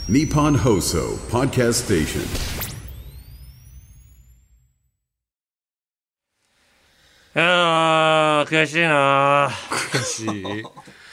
Nippon Hoso Podcast Station。 いやー悔しいな。 悔しい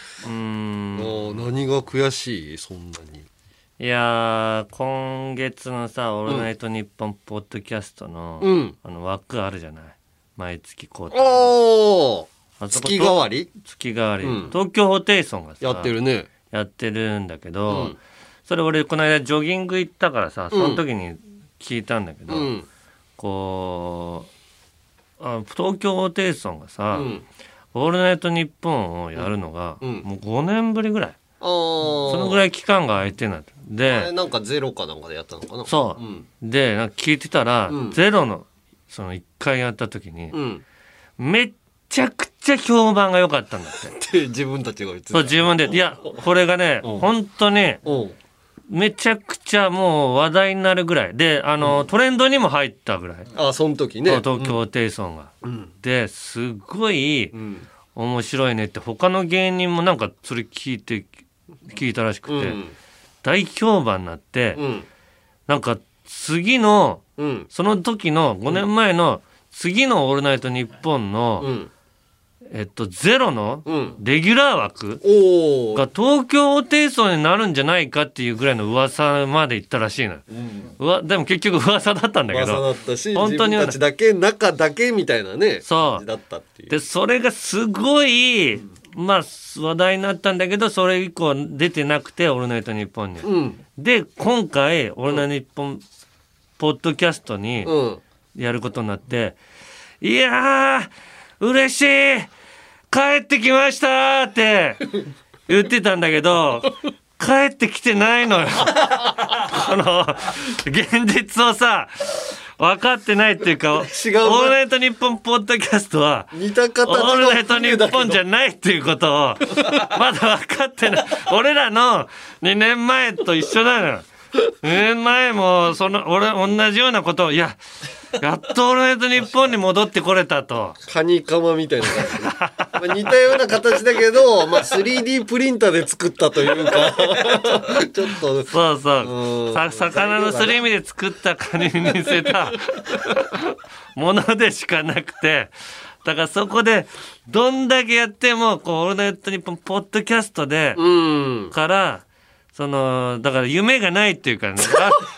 何が悔しいそんなに。 いやー今月のさ「オールナイトニッポン」ポッドキャストの、あの枠あるじゃない、毎月交代。 おあそこ月替わり月替わり、東京ホテイソンがさやってるね。 やってるんだけど、それ俺この間ジョギング行ったからさ、その時に聞いたんだけど、こう東京ホテイソンがさ、オールナイトニッポンをやるのが、もう5年ぶりぐらい、そのぐらい期間が空いてないで、 なんかゼロかなんかでやったのかな。 そう、でなんか聞いてたら、ゼロのその1回やった時に、めっちゃくちゃ評判が良かったんだって自分たちが言ってた。 そう自分で、いやこれがね、本当にめちゃくちゃもう話題になるぐらいで、トレンドにも入ったぐらい。 その時ね。 東京ホテイソンが、ですごい面白いねって、他の芸人もなんかそれ聞いたらしくて、大評判になって、なんか次の、その時の5年前の次の「オールナイトニッポン」の、ゼロのレギュラー枠が東京ホテイソンになるんじゃないかっていうぐらいの噂まで行ったらしいの、でも結局噂だったんだけど、 噂だったし、 本当に自分たちだけ中だけみたいなね、 そう感じだったっていう。 でそれがすごい、まあ話題になったんだけど、それ以降出てなくて「オールナイトニッポン」に、で今回「オールナイトニッポン」ポッドキャストにやることになって、いやー嬉しい帰ってきましたって言ってたんだけど帰ってきてないのよこの現実をさ分かってないっていうか、オールナイトニッポンポッドキャストは似た形のオールナイトニッポンじゃないっていうことをまだ分かってない。俺らの2年前と一緒なのよ。2年前も俺同じようなことを、いややっとオールナイトニッポンに戻ってこれたと。 カニカマみたいな感じ、似たような形だけど、3D プリンターで作ったというかちょっとそうそう魚のすり身で作ったカニに似せたものでしかなくて、だからそこでどんだけやってもこうオールナイトニッポンポッドキャストでからだから夢がないっていうかね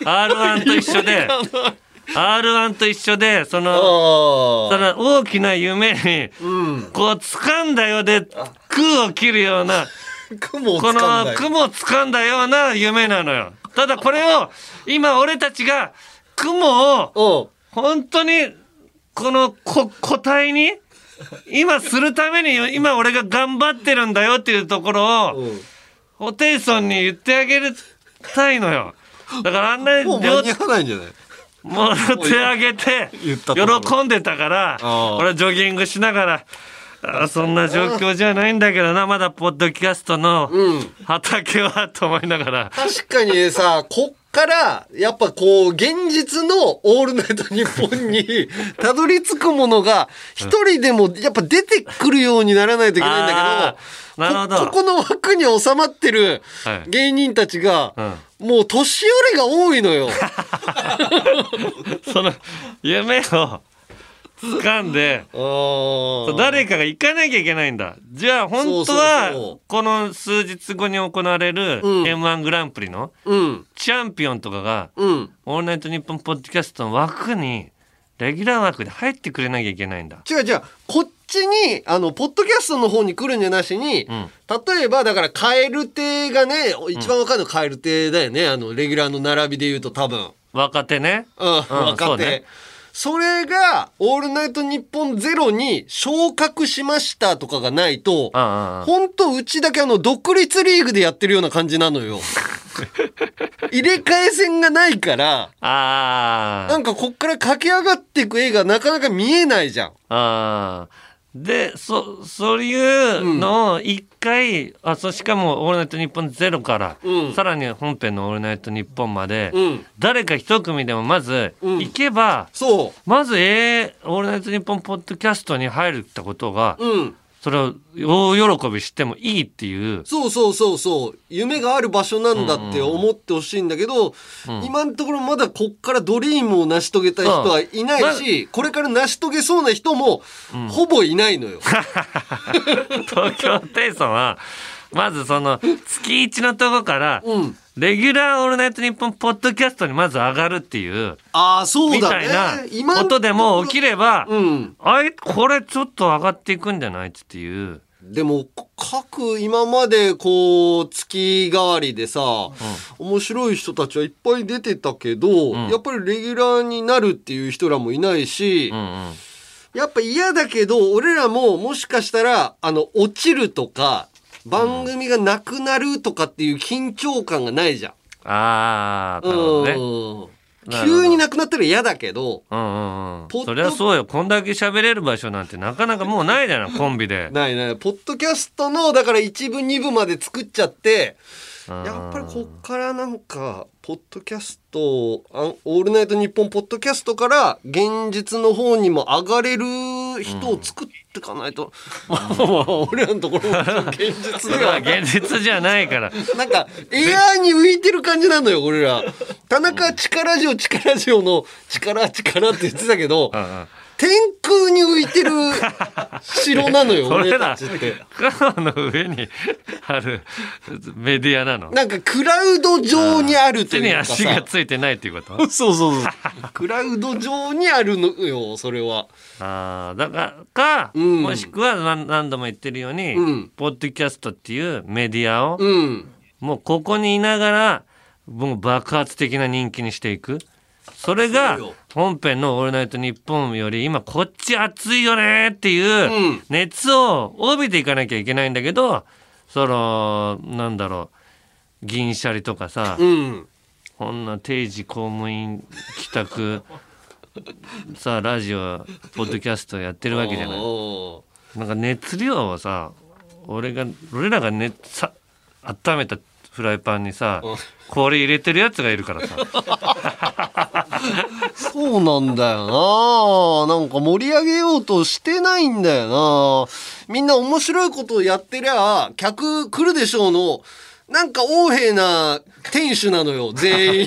R1 と一緒でR1 と一緒でその大きな夢にこう掴んだようで空を切るようなこの雲を掴んだような夢なのよ。ただこれを今俺たちが雲を本当にこの個体に今するために今俺が頑張ってるんだよっていうところをホテイソンに言ってあげたいのよ。だからあんなにもう間に合わないんじゃない？ もう手上げて喜んでたから、俺はジョギングしながらそんな状況じゃないんだけどな、まだポッドキャストの畑はと思いながら、 確かにさ、こっからやっぱこう現実の「オールナイトニッポン」にたどり着くものが一人でもやっぱ出てくるようにならないといけないんだけど、 なるほど、 ここの枠に収まってる芸人たちが、もう年寄りが多いのよその夢を掴んで誰かが行かなきゃいけないんだ。じゃあ本当はこの数日後に行われる M1 グランプリのチャンピオンとかが「オールナイトニッポン」ポッドキャストの枠にレギュラー枠で入ってくれなきゃいけないんだ。 違うこっちにポッドキャストの方に来るんじゃなしに、例えばだから蛙亭がね一番わかるの蛙亭だよね、レギュラーの並びで言うと多分若手ね、 若手、それが「オールナイトニッポンゼロに昇格しましたとかがないと、本当うちだけ独立リーグでやってるような感じなのよ入れ替え戦がないから、なんかこっから駆け上がっていく絵がなかなか見えないじゃん。 でそういうのを一回、しかも「オールナイトニッポンゼロから、さらに本編の「オールナイトニッポン」まで、誰か一組でもまず行けば、まず「オールナイトニッポン」ポッドキャストに入るってことが、 それを大喜びしてもいいっていう。 そう夢がある場所なんだって思ってほしいんだけど、今のところまだこっからドリームを成し遂げた人はいないし、これから成し遂げそうな人もほぼいないのよ。 東京テイソンはまずその月1のとこからレギュラーオールナイトニッポンポッドキャストにまず上がるっていうそうみだねたいなことでも起きれば、これちょっと上がっていくんじゃないっていう。 でも各今までこう月替わりでさ、面白い人たちはいっぱい出てたけど、やっぱりレギュラーになるっていう人らもいないし、やっぱ嫌だけど俺らももしかしたら落ちるとか番組がなくなるとかっていう緊張感がないじゃん。 なるほどね。 急になくなったら嫌だけど。 そりゃそうよ。こんだけ喋れる場所なんてなかなかもうないじゃない、コンビで。 ない。ポッドキャストの、だから1部2部まで作っちゃって、やっぱりこっからなんか、ポッドキャスト、オールナイトニッポンポッドキャストから現実の方にも上がれる人を作っていかないと。俺らのところも現実では。 現実じゃないから。 なんか、エアーに浮いてる感じなのよ、俺ら。田中力ラジオの力って言ってたけど、天空に浮いてる城なのよ、俺たちって。 雲の上にあるメディアなの。 なんかクラウド上にあるというかさ。 手に足がついてないっていうこと？ そう。クラウド上にあるのよ、それは。 だからか、もしくは何度も言ってるように、ポッドキャストっていうメディアを、もうここにいながら、もう爆発的な人気にしていく。それが本編の「オールナイトニッポン」より今こっち熱いよねっていう熱を帯びていかなきゃいけないんだけど、なんだろう、銀シャリとかさ、こんな定時公務員帰宅さ、ラジオポッドキャストやってるわけじゃない。なんか熱量をさ、俺らが温めたフライパンにさ、これ入れてるやつがいるからさ。 そうなんだよな。なんか盛り上げようとしてないんだよな。みんな面白いことをやってりゃ客来るでしょうの、なんか横柄な店主なのよ、全員。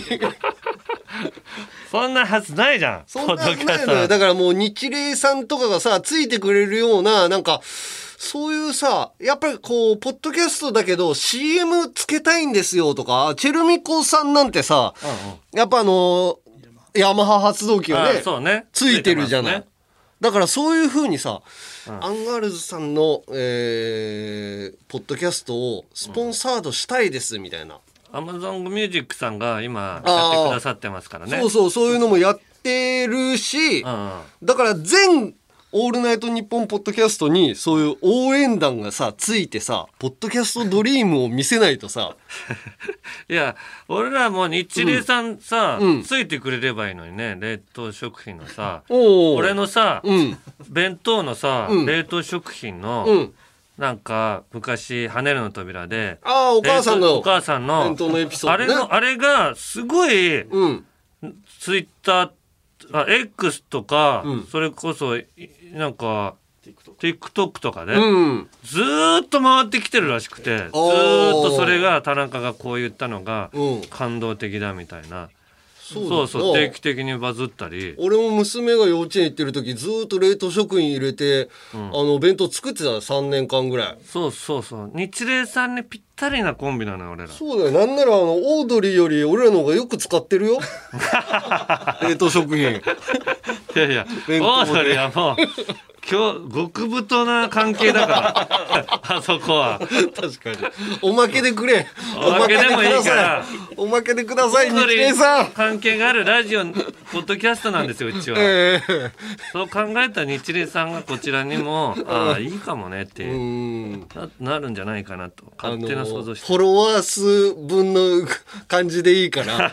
そんなはずないじゃん。 そんなはずないのよ。だからもう日霊さんとかがさ、ついてくれるような、なんか、そういうさ、やっぱりこう、ポッドキャストだけど CM つけたいんですよとか、チェルミコさんなんてさ、やっぱヤマハ発動機がね、ついてるじゃない。だからそういう風にさ、アンガールズさんの、ポッドキャストをスポンサードしたいですみたいな。 アマゾンミュージックさんが今やってくださってますからね。 そういうのもやってるし、だから全オールナイトニッポンポッドキャストにそういう応援団がさついてさ、ポッドキャストドリームを見せないとさ。 いや、俺らも日霊さんさ、ついてくれればいいのにね。冷凍食品のさ、俺のさ、弁当のさ、冷凍食品の、なんか昔跳ねるの扉で、 お母さんの弁当のエピソードね。あれがすごい、ツイッターX とか、それこそなんか TikTok とかで、ずーっと回ってきてるらしくて、ずーっとそれが田中がこう言ったのが感動的だみたいな。そう定期的にバズったり。 俺も娘が幼稚園行ってる時ずーっと冷凍食品入れて、弁当作ってた3年間ぐらい。 そう日霊さんにぴったりなコンビなのよ俺ら。 そうだよ。なんならオードリーより俺らの方がよく使ってるよ。冷凍食品。 いやオードリーはもう今日極太な関係だからあそこは。 確かに。おまけでくれ。 おまけでもいいから。 おまけでください、日霊さん。 関係があるラジオポッドキャストなんですよ、うちは。そう考えたら日霊さんがこちらにもいいかもねってなるんじゃないかなと勝手な想像して。 フォロワー数分の感じでいいから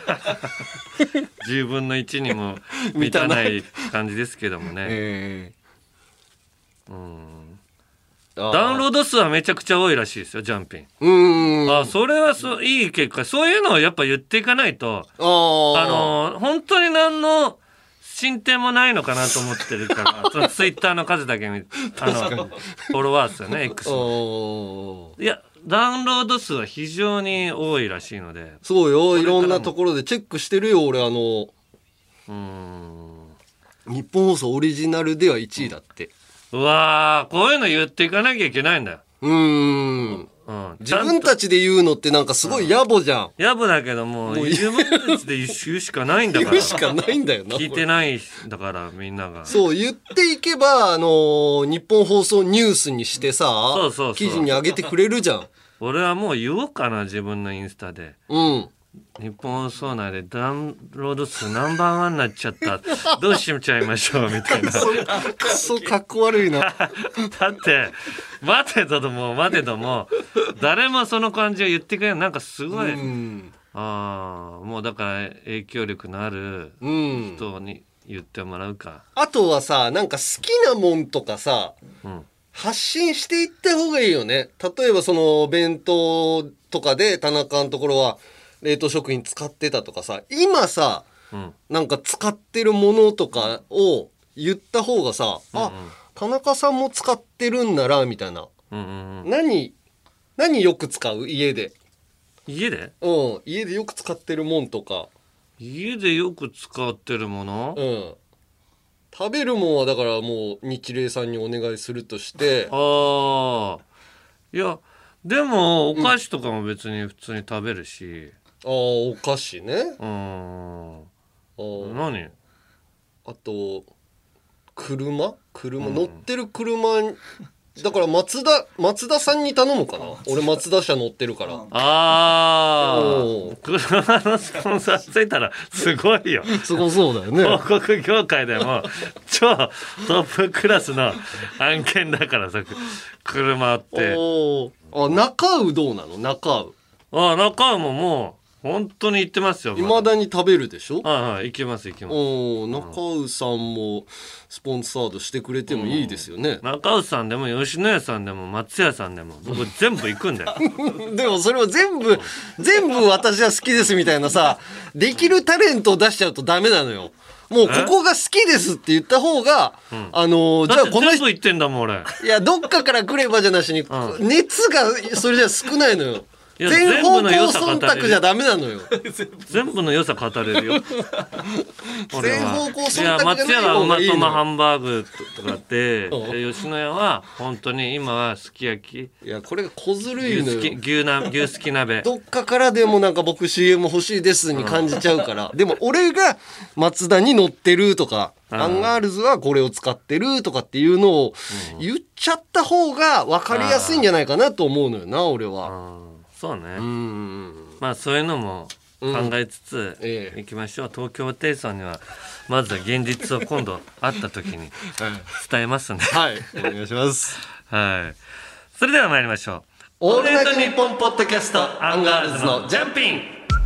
10分の1にも満たない感じですけどもね。ダウンロード数はめちゃくちゃ多いらしいですよ、ジャンピン。それはいい結果。そういうのをやっぱ言っていかないと、本当に何の進展もないのかなと思ってるからそのツイッターの数だけフォロワー数よね X の。いやダウンロード数は非常に多いらしいので。 そうよ、いろんなところでチェックしてるよ俺。日本放送オリジナルでは1位だって。 うわー、こういうの言っていかなきゃいけないんだよ。 自分たちで言うのってなんかすごい野暮じゃん。 野暮だけどもう自分たちで言うしかないんだから。 言うしかないんだよな。 聞いてないんだからみんなが。 そう言っていけば日本放送ニュースにしてさ、 そう記事に上げてくれるじゃん。 俺はもう言おうかな自分のインスタで。日本放送内でダウンロード数ナンバーワンになっちゃったどうしちゃいましょうみたいな。 クソかっこ悪いな。 だって待てども誰もその感じを言ってくれない。なんかすごいもうだから影響力のある人に言ってもらうか。 あとはさ、なんか好きなもんとかさ、発信していった方がいいよね。例えばその弁当とかで田中のところは冷凍食品使ってたとかさ、今さ、なんか使ってるものとかを言った方がさ、田中さんも使ってるんならみたいな。何よく使う？家で家でよく使ってるもんとか。 家でよく使ってるもの？ 食べるもんはだからもう日霊さんにお願いするとして。 いやでもお菓子とかも別に普通に食べるし。 お菓子ね。 何？ あと車乗ってる車だから松田さんに頼むかな。俺松田車乗ってるから。 車のスポンサーついたらすごいよ。 すごそうだよね。 広告業界でも超トップクラスの案件だからさ、車って。 中尾どうなの？中尾。 中尾ももう本当に行ってますよ。 未だに食べるでしょ？ 行きます。中尾さんもスポンサードしてくれてもいいですよね。 中尾さんでも吉野家さんでも松屋さんでも僕全部行くんだよ。 でもそれは全部私は好きですみたいなさ、できるタレントを出しちゃうとダメなのよ。もうここが好きですって言った方が、じゃあこの人全部言ってんだもん俺。 いやどっかから来ればじゃなしに、熱がそれじゃ少ないのよ。全方向忖度じゃダメなのよ。 全部の良さ語れるよ。 全方向忖度じゃない方がいいの。 松屋はうまとまハンバーグとかって吉野家は本当に今はすき焼き。 いやこれが小ずるいのよ。 牛すき鍋。 どっかからでもなんか僕 CM 欲しいですに感じちゃうから。でも俺が松田に乗ってるとかアンガールズはこれを使ってるとかっていうのを言っちゃった方が分かりやすいんじゃないかなと思うのよな俺は。 そうね。まあそういうのも考えつついきましょう。東京ホテイソンにはまずは現実を今度会った時に伝えますんで。 はい、お願いします。 はい。それでは参りましょう。 オールナイトニッポンポッドキャストアンガールズのジャンピン。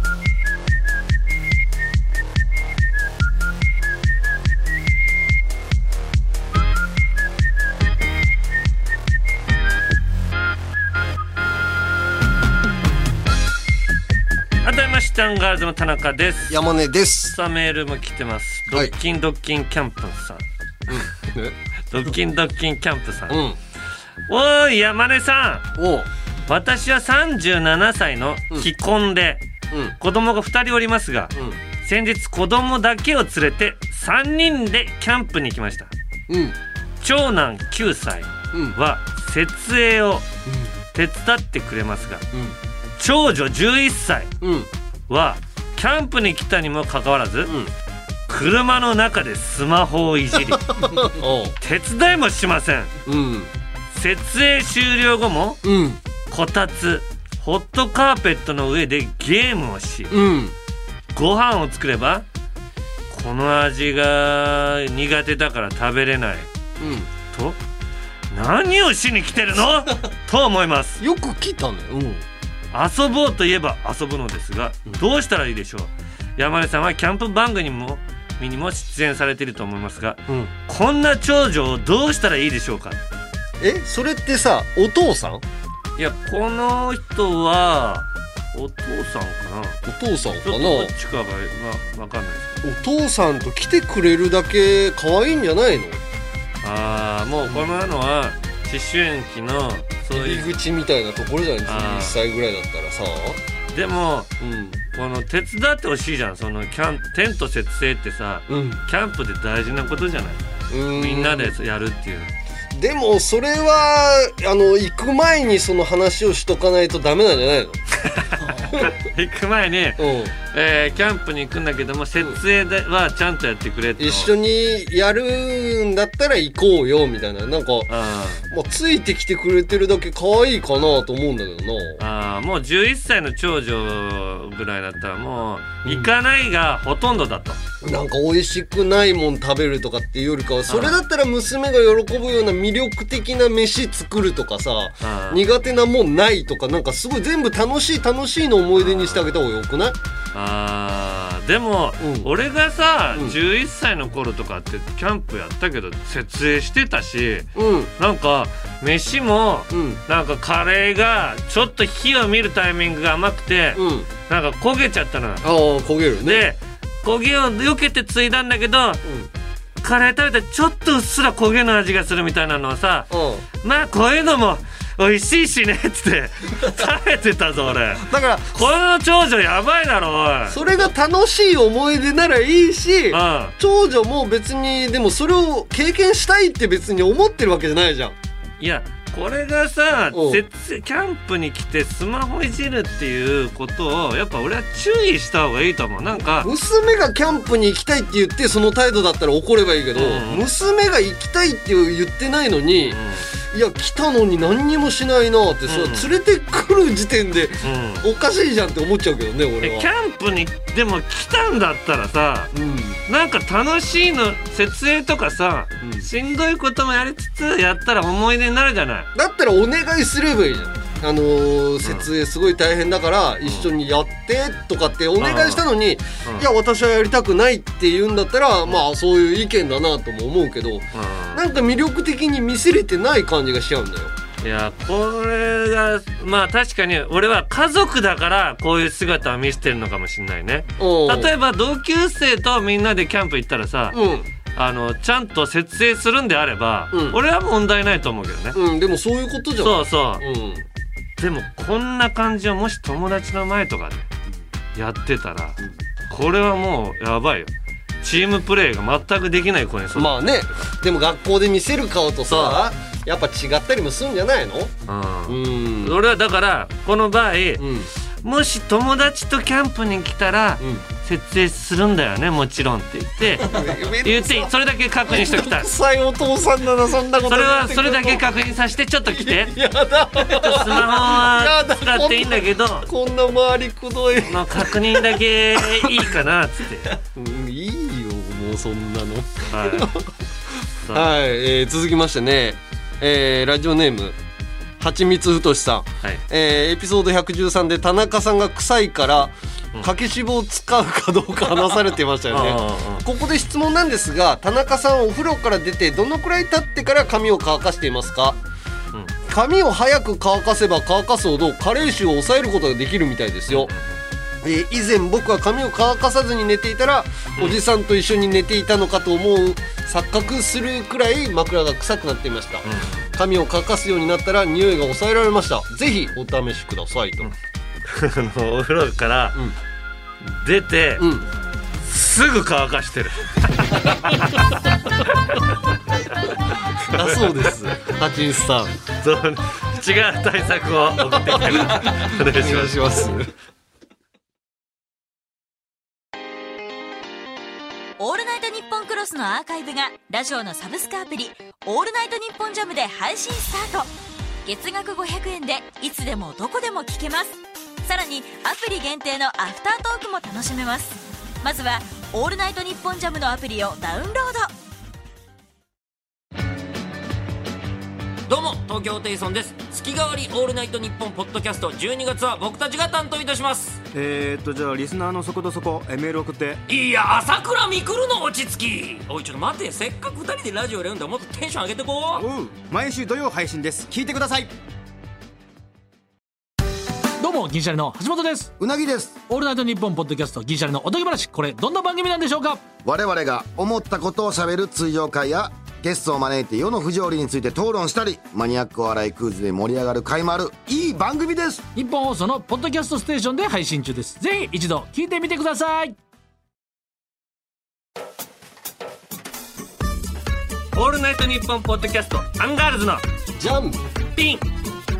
アンガールズの田中です。 山根です。 さあメールも来てます。ドッキンキャンプさん。ドッキンキャンプさん。おーい山根さん。私は37歳の既婚で、子供が2人おりますが、先日子供だけを連れて3人でキャンプに行きました。長男9歳は設営を手伝ってくれますが、長女11歳はキャンプに来たにもかかわらず、車の中でスマホをいじり手伝いもしません。設営終了後も、こたつホットカーペットの上でゲームをし、ご飯を作ればこの味が苦手だから食べれない、と何をしに来てるのと思います。 よく来たね。 遊ぼうといえば遊ぶのですが、どうしたらいいでしょう。山根さんはキャンプ番組にも出演されていると思いますが、こんな長女をどうしたらいいでしょうか。 それってさお父さん？ いやこの人はお父さんかな。 お父さんかな。 ちょっとどっちかが分かんないですお父さんと来てくれるだけ可愛いんじゃないの？ もうこののは思春期のそういう入り口みたいなところじゃないですか。1歳ぐらいだったらさ。 でも、この手伝ってほしいじゃん。そのテント設営ってさ、キャンプで大事なことじゃない。みんなでやるっていう。 でもそれは行く前にその話をしとかないとダメなんじゃないの？ 行く前に、キャンプに行くんだけども設営はちゃんとやってくれと。 一緒にやるんだったら行こうよみたいな。なんかついてきてくれてるだけ可愛いかなと思うんだけどな。 もう11歳の長女ぐらいだったらもう行かないがほとんどだと。 なんか美味しくないもん食べるとかっていうよりかは、それだったら娘が喜ぶような魅力的な飯作るとかさ、苦手なもんないとか、なんかすごい全部楽しいの思い出にしてあげた方がよくない？ でも、俺がさ、11歳の頃とかってキャンプやったけど設営してたし、なんか飯も、なんかカレーがちょっと火を見るタイミングが甘くて、なんか焦げちゃったの。 焦げるね。 で焦げを避けてついだんだけど、カレー食べてちょっとうっすら焦げの味がするみたいなのはさ、まあこういうのも美味しいしねっつって食べてたぞ俺。だからこの長女やばいだろおい。 それが楽しい思い出ならいいし、長女も別にでもそれを経験したいって別に思ってるわけじゃないじゃん。 いやこれがさ、キャンプに来てスマホいじるっていうことをやっぱ俺は注意した方がいいと思う。なんか娘がキャンプに行きたいって言ってその態度だったら怒ればいいけど、娘が行きたいって言ってないのに、いや来たのに何にもしないなってさ、連れてくる時点でおかしいじゃんって思っちゃうけどね俺は。 キャンプにでも来たんだったらさ、なんか楽しいの設営とかさ、しんどいこともやりつつやったら思い出になるじゃない。 だったらお願いすればいいじゃん。設営すごい大変だから一緒にやってとかってお願いしたのに、いや私はやりたくないって言うんだったら、まあそういう意見だなとも思うけど、なんか魅力的に見せれてない感じがしちゃうんだよ。 いやこれがまあ確かに俺は家族だからこういう姿を見せてるのかもしれないね。例えば同級生とみんなでキャンプ行ったらさ、ちゃんと設営するんであれば、俺は問題ないと思うけどね。 でもそういうことじゃん。 そう、でもこんな感じをもし友達の前とかでやってたら、これはもうやばいよ。チームプレーが全くできない子に。 まあね、でも学校で見せる顔とさやっぱ違ったりもするんじゃないの？俺はだからこの場合、もし友達とキャンプに来たら、設営するんだよねもちろんって言ってそれだけ確認しておきたい。 臭いお父さんならそんなこと。 それだけ確認させてちょっと来て。 やだ。 スマホは使っていいんだけど、 こんな回りくどいの確認だけいいかなっつって。 いいよもうそんなの。はい、続きましてね、ラジオネームはちみつふとしさん、エピソード113で田中さんが臭いからかけしぼを使うかどうか話されてましたよね。ここで質問なんですが、田中さんお風呂から出てどのくらい経ってから髪を乾かしていますか？髪を早く乾かせば乾かすほど加齢臭を抑えることができるみたいですよ。以前僕は髪を乾かさずに寝ていたら、おじさんと一緒に寝ていたのかと思う錯覚するくらい枕が臭くなっていました。髪を乾かすようになったら匂いが抑えられました。ぜひお試しくださいと。 お風呂から出て、すぐ乾かしてる。 だそうです。はちみつさん。 違う対策を送ってきてください。お願いします。 オールナイトニッポンクロスのアーカイブがラジオのサブスクアプリオールナイトニッポンジャムで配信スタート。月額500円でいつでもどこでも聞けます。さらにアプリ限定のアフタートークも楽しめます。まずはオールナイトニッポンジャムのアプリをダウンロード。 どうも東京ホテイソンです。月替わりオールナイトニッポンポッドキャスト12月は僕たちが担当いたします。 じゃあリスナーのそことそこメール送って。 いや朝倉未来の落ち着き。おいちょっと待て、せっかく2人でラジオやるんだ、もっとテンション上げてこう。 毎週土曜配信です。聞いてください。 どうも銀シャリの橋本です。 うなぎです。 オールナイトニッポンポッドキャスト銀シャリのおとぎ話、これどんな番組なんでしょうか。 我々が思ったことをしゃべる通常会やゲストを招いて世の不条理について討論したり、マニアックお笑いクイズで盛り上がる回もあるいい番組です。 日本放送のポッドキャストステーションで配信中です。ぜひ一度聞いてみてください。 オールナイトニッポンポッドキャストアンガールズのジャンピン。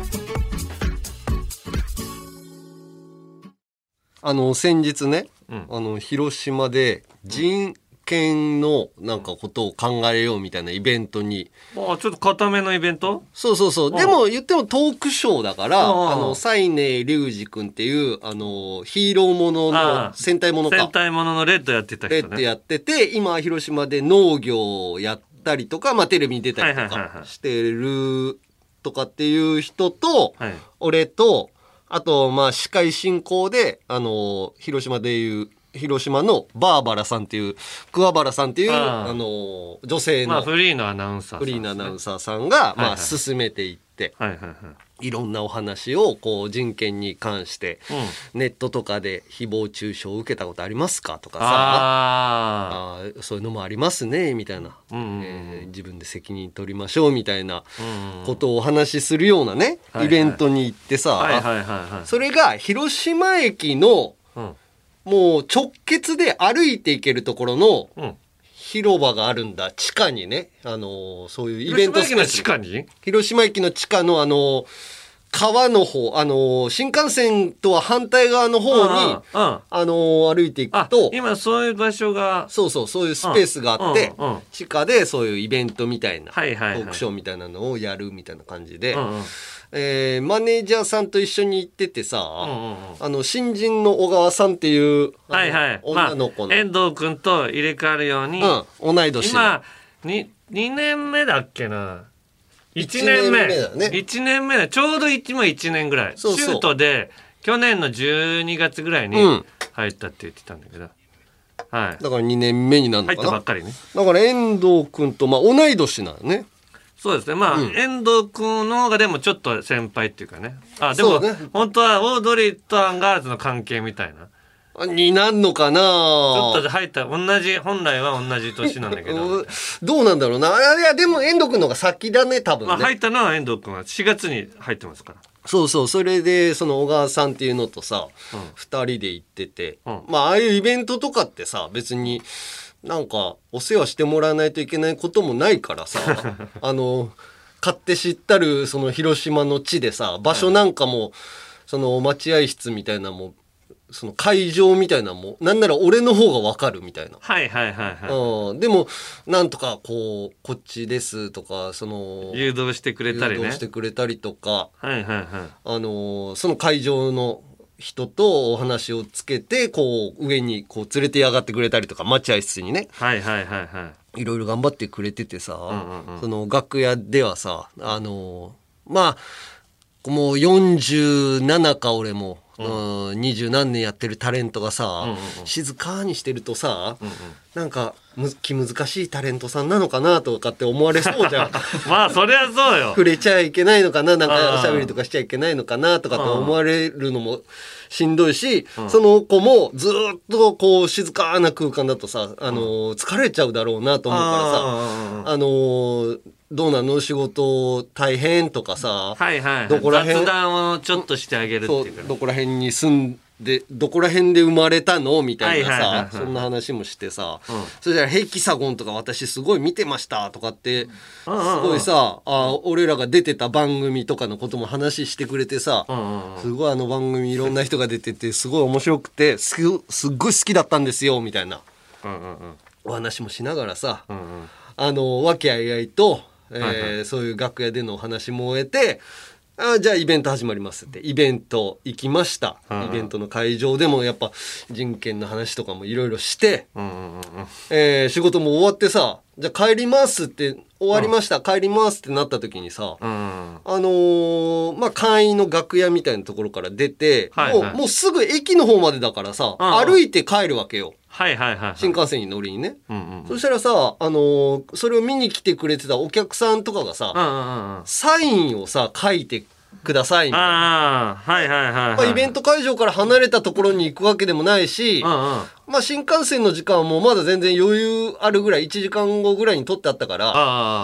先日ね、広島で人権のなんかことを考えようみたいなイベントに、 ちょっと固めのイベント。 そうそうそう。でも言ってもトークショーだから西根隆二君っていうヒーローものの戦隊もののレッドやってた人ね。 レッドやってて、今広島で農業をやったりとか、まあテレビに出たりとかしてるとかっていう人と、俺と、あとまあ司会進行で広島でいう広島のバーバラさんっていう桑原さんっていう女性のフリーのアナウンサーさんがまあ進めていって、いろんなお話をこう人権に関して、ネットとかで誹謗中傷を受けたことありますかとかさ、そういうのもありますねみたいな、自分で責任取りましょうみたいなことをお話しするようなね、イベントに行ってさ、それが広島駅のもう直結で歩いていけるところの広場があるんだ、地下にね、そういうイベントスペース。広島駅の地下の川の方、新幹線とは反対側の方に歩いていくと、 今そういう場所が、 そういうスペースがあって、地下でそういうイベントみたいな、トークショーみたいなのをやるみたいな感じで、マネージャーさんと一緒に行っててさ、新人の小川さんっていう女の子の、 遠藤君と入れ替わるように、 同い年今2年目だっけな、1年目だね。1年目だ。ちょうど1年ぐらい。シュートで去年の12月ぐらいに入ったって言ってたんだけど、 だから2年目になるのかな。 入ったばっかりね。 だから遠藤君とまあ同い年なのね。 そうですね。まあ、遠藤君の方がでもちょっと先輩っていうかね。でも、本当はオードリーとアンガールズの関係みたいな。 になんのかな。ちょっと入った本来は同じ年なんだけどどうなんだろうな。いやでも遠藤君の方が先だね多分ね。 入ったのは遠藤君は4月に入ってますから。 それでその小川さんっていうのとさ、2人で行ってて、まあああいうイベントとかってさ、別になんかお世話してもらわないといけないこともないからさ買って知ったるその広島の地でさ、場所なんかもその待合室みたいなもその会場みたいなもなんなら俺の方が分かるみたいな。でもなんとかこっちですとか誘導してくれたりね。 誘導してくれたりとか、その会場の人とお話をつけてこう上にこう連れて上がってくれたりとか、待合室にね。いろいろ頑張ってくれててさ、その楽屋ではさ、まあもう47か俺も。20何年やってるタレントがさ、静かにしてるとさ、なんか気難しいタレントさんなのかなとかって思われそうじゃんまあそりゃそうよ。 触れちゃいけないのかな、なんかおしゃべりとかしちゃいけないのかなとかって思われるのもしんどいし、その子もずっとこう静かな空間だとさ、疲れちゃうだろうなと思うからさ、どうなの仕事大変とかさ、 どこら辺雑談をちょっとしてあげるっていうか、 どこら辺に住んでどこら辺で生まれたのみたいなさ、そんな話もしてさ、それじゃあヘキサゴンとか私すごい見てましたとかってすごいさ、俺らが出てた番組とかのことも話してくれてさ、すごい番組いろんな人が出ててすごい面白くてすっごい好きだったんですよみたいなお話もしながらさ、和気あいあいとそういう楽屋でのお話も終えて、じゃあイベント始まりますってイベント行きました。イベントの会場でもやっぱ人権の話とかもいろいろして、仕事も終わってさ、じゃあ帰りますって終わりました、帰りますってなった時にさ、まあ会員の楽屋みたいなところから出て、もうすぐ駅の方までだからさ、歩いて帰るわけよ。新幹線に乗りにね、そしたらさ、それを見に来てくれてたお客さんとかがさ、サインをさ書いてくださいみたいな。 はいはいはい、はい。 イベント会場から離れたところに行くわけでもないし、新幹線の時間はもうまだ全然余裕あるぐらい、1時間後ぐらいに取ってあったから、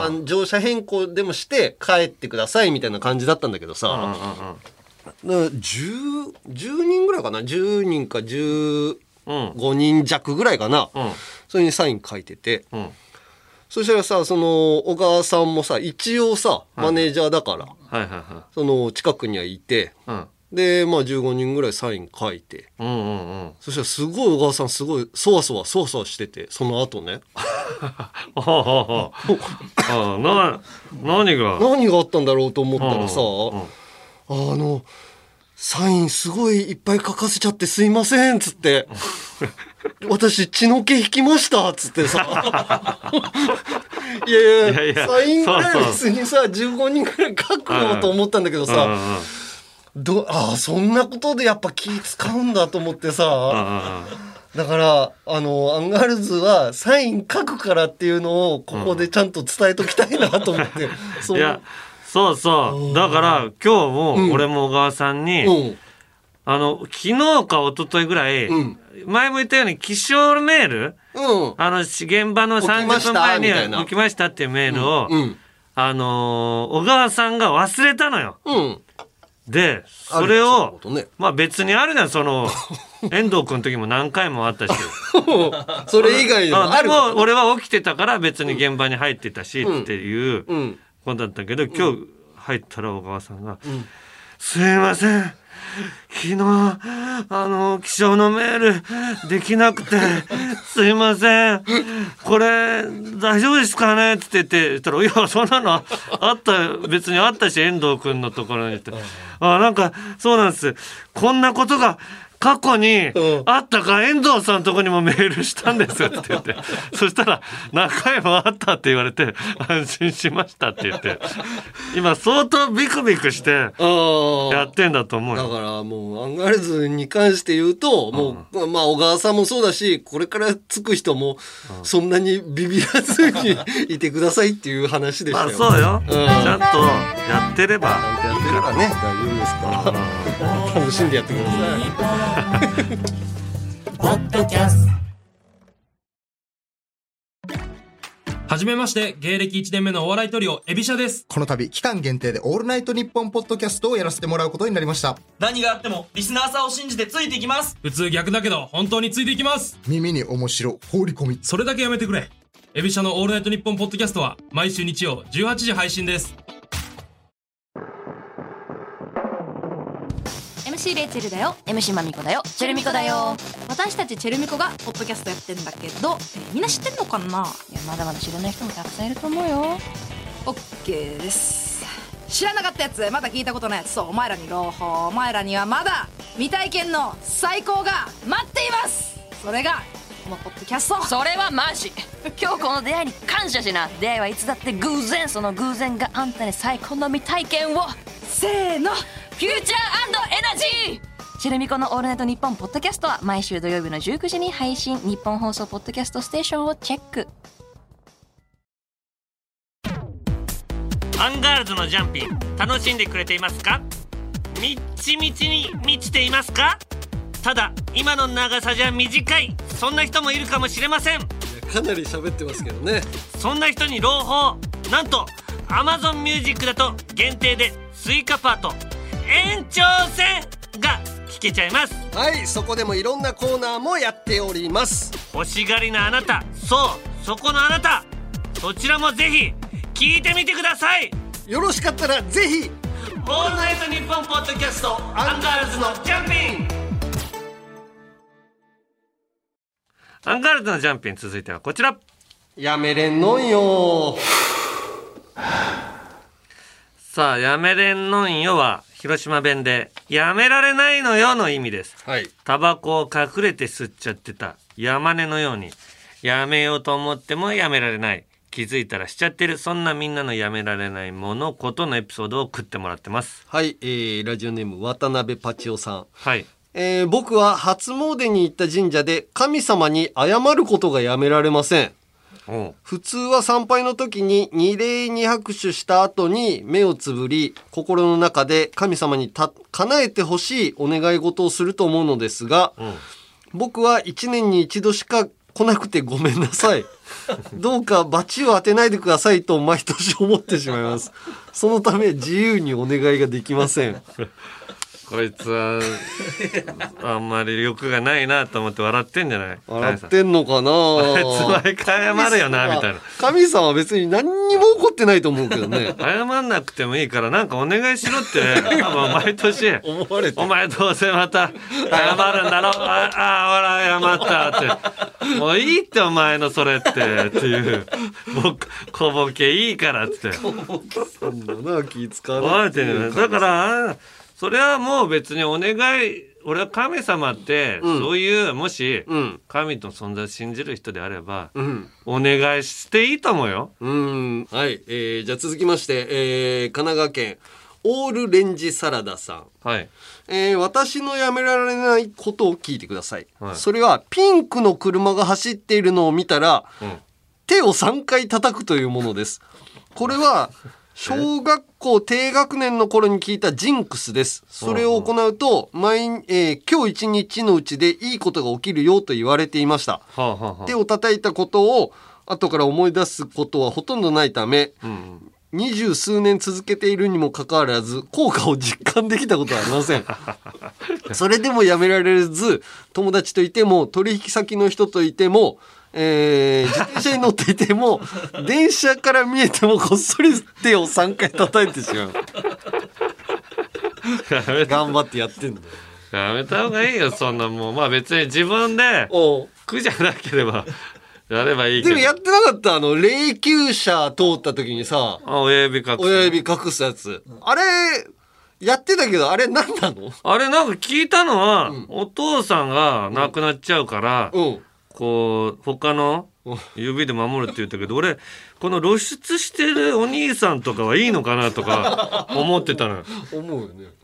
乗車変更でもして帰ってくださいみたいな感じだったんだけどさ、10人ぐらいかな、10人か15人弱ぐらいかな、それにサイン書いてて、そしたらさ、その小川さんもさ、一応さマネージャーだから、その近くにはいて、で15人ぐらいサイン書いて、そしたらすごい小川さんすごいそわそわしてて、その後ね何があったんだろうと思ったらさ、サインすごいいっぱい書かせちゃってすいませんっつって私血の気引きましたっつってさいやサインぐらい別にさ15人ぐらい書くよと思ったんだけどさ、そんなことでやっぱ気使うんだと思ってさ、だからアンガールズはサイン書くからっていうのをここでちゃんと伝えときたいなと思って、 いやそうだから今日も俺も小川さんに、昨日か一昨日ぐらい、前も言ったように気象メール、現場の30分前に起きましたっていうメールを、小川さんが忘れたのよ。でそれを別にあるじゃん、その遠藤君の時も何回もあったしそれ以外でもある。 でも俺は起きてたから別に現場に入ってたしっていうことだったけど、今日入ったら小川さんが「すいません、昨日気象のメールできなくてすいません、これ大丈夫ですかね」って言ってたら「いやそんなの別にあったし、遠藤君のところに」って「なんかそうなんです、こんなことが過去にあったから遠藤さんのところにもメールしたんです」って言って、そしたら「何回もあった」って言われて「安心しました」って言って、今相当ビクビクしてやってんだと思うよ。 だからもうアンガールズに関して言うと、もう小川さんもそうだし、これからつく人もそんなにビビらずにいてくださいっていう話でしたよ。 そうよ、ちゃんとやってればね、大丈夫ですから楽しんでやってください。 ポッドキャスト。 はじめまして、芸歴1年目のお笑いトリオエビシャです。 この度期間限定でオールナイトニッポンポッドキャストをやらせてもらうことになりました。 何があってもリスナーさんを信じてついていきます。普通逆だけど本当についていきます。 耳に面白放り込み、 それだけやめてくれ。エビシャのオールナイトニッポンポッドキャストは毎週日曜18時配信です。 MC レイチェルだよ。 MC マミコだよ。チェルミコだよ。 私たちチェルミコがポッドキャストやってんだけど、みんな知ってんのかな。 いや、まだまだ知らない人もたくさんいると思うよ。 OK です。知らなかったやつ、まだ聞いたことないやつ、そう、お前らに朗報。お前らにはまだ未体験の最高が待っています。それがこのポッドキャスト。 それはマジ。今日この出会いに感謝しな。出会いはいつだって偶然。その偶然があんたに最高の未体験を。 せーの、 フューチャー&エナジー。チェルミコのオールナイトニッポンポッドキャストは毎週土曜日の19時に配信。日本放送ポッドキャストステーションをチェック。 アンガールズのジャンピン楽しんでくれていますか？みっちみちに満ちていますか？ただ今の長さじゃ短い、そんな人もいるかもしれません。 かなり喋ってますけどね。 そんな人に朗報。なんと Amazon Music だと限定でスイカパート延長戦が聞けちゃいます。 はい、そこでもいろんなコーナーもやっております。 欲しがりなあなた、そうそこのあなた、そちらもぜひ聞いてみてください。 よろしかったらぜひオールナイトニッポンポッドキャストアンガールズのジャンピン。アンガールズのジャンピン、続いてはこちら。 やめれんのんよ。 さあ、やめれんのんよは広島弁でやめられないのよの意味です。 はい。 タバコを隠れて吸っちゃってた山根のように、やめようと思ってもやめられない、気づいたらしちゃってる、そんなみんなのやめられないものことのエピソードを送ってもらってます。 はい、ラジオネーム渡辺パチオさん。 はい。 僕は初詣に行った神社で神様に謝ることがやめられません。 普通は参拝の時に二礼二拍手した後に目をつぶり、心の中で神様に叶えてほしいお願い事をすると思うのですが、僕は1年に1度しか来なくてごめんなさい。どうか罰を当てないでくださいと毎年思ってしまいます。そのため自由にお願いができません。 こいつはあんまり欲がないなと思って笑ってんじゃない？ 笑ってんのかな。 あいつ毎回謝るよなみたいな。 神様は別に何にも怒ってないと思うけどね。 謝んなくてもいいからなんかお願いしろってもう毎年思われて、 お前どうせまた謝るんだろ、ほら謝ったってもういいってお前のそれっていう小ボケいいからって小ボケさんだな、気使わないってだからそれはもう別にお願い、俺は神様って、そういうもし、神の存在を信じる人であれば、お願いしていいと思うよ。 はい、じゃあ続きまして、神奈川県オールレンジサラダさん、 はい、 私のやめられないことを聞いてください、それはピンクの車が走っているのを見たら、手を3回叩くというものです。これは小学校低学年の頃に聞いたジンクスです。それを行うと今日一日のうちでいいことが起きるよと言われていました。手を叩いたことを後から思い出すことはほとんどないため、20数年続けているにもかかわらず効果を実感できたことはありません。それでもやめられず、友達といても取引先の人といても自転車に乗っていても電車から見えてもこっそり手を3回叩いてしまう。頑張ってやってんだよ。 やめた方がいいよそんなもう。まあ別に自分で苦じゃなければやればいいけど。 でもやってなかった？霊柩車通った時にさ、 親指隠すやつ、あれやってたけど、あれ何なの？ あれなんか聞いたのは、お父さんが亡くなっちゃうから、こう他の指で守るって言ったけど、俺この露出してるお兄さんとかはいいのかなとか思ってたのよ。 思うよね。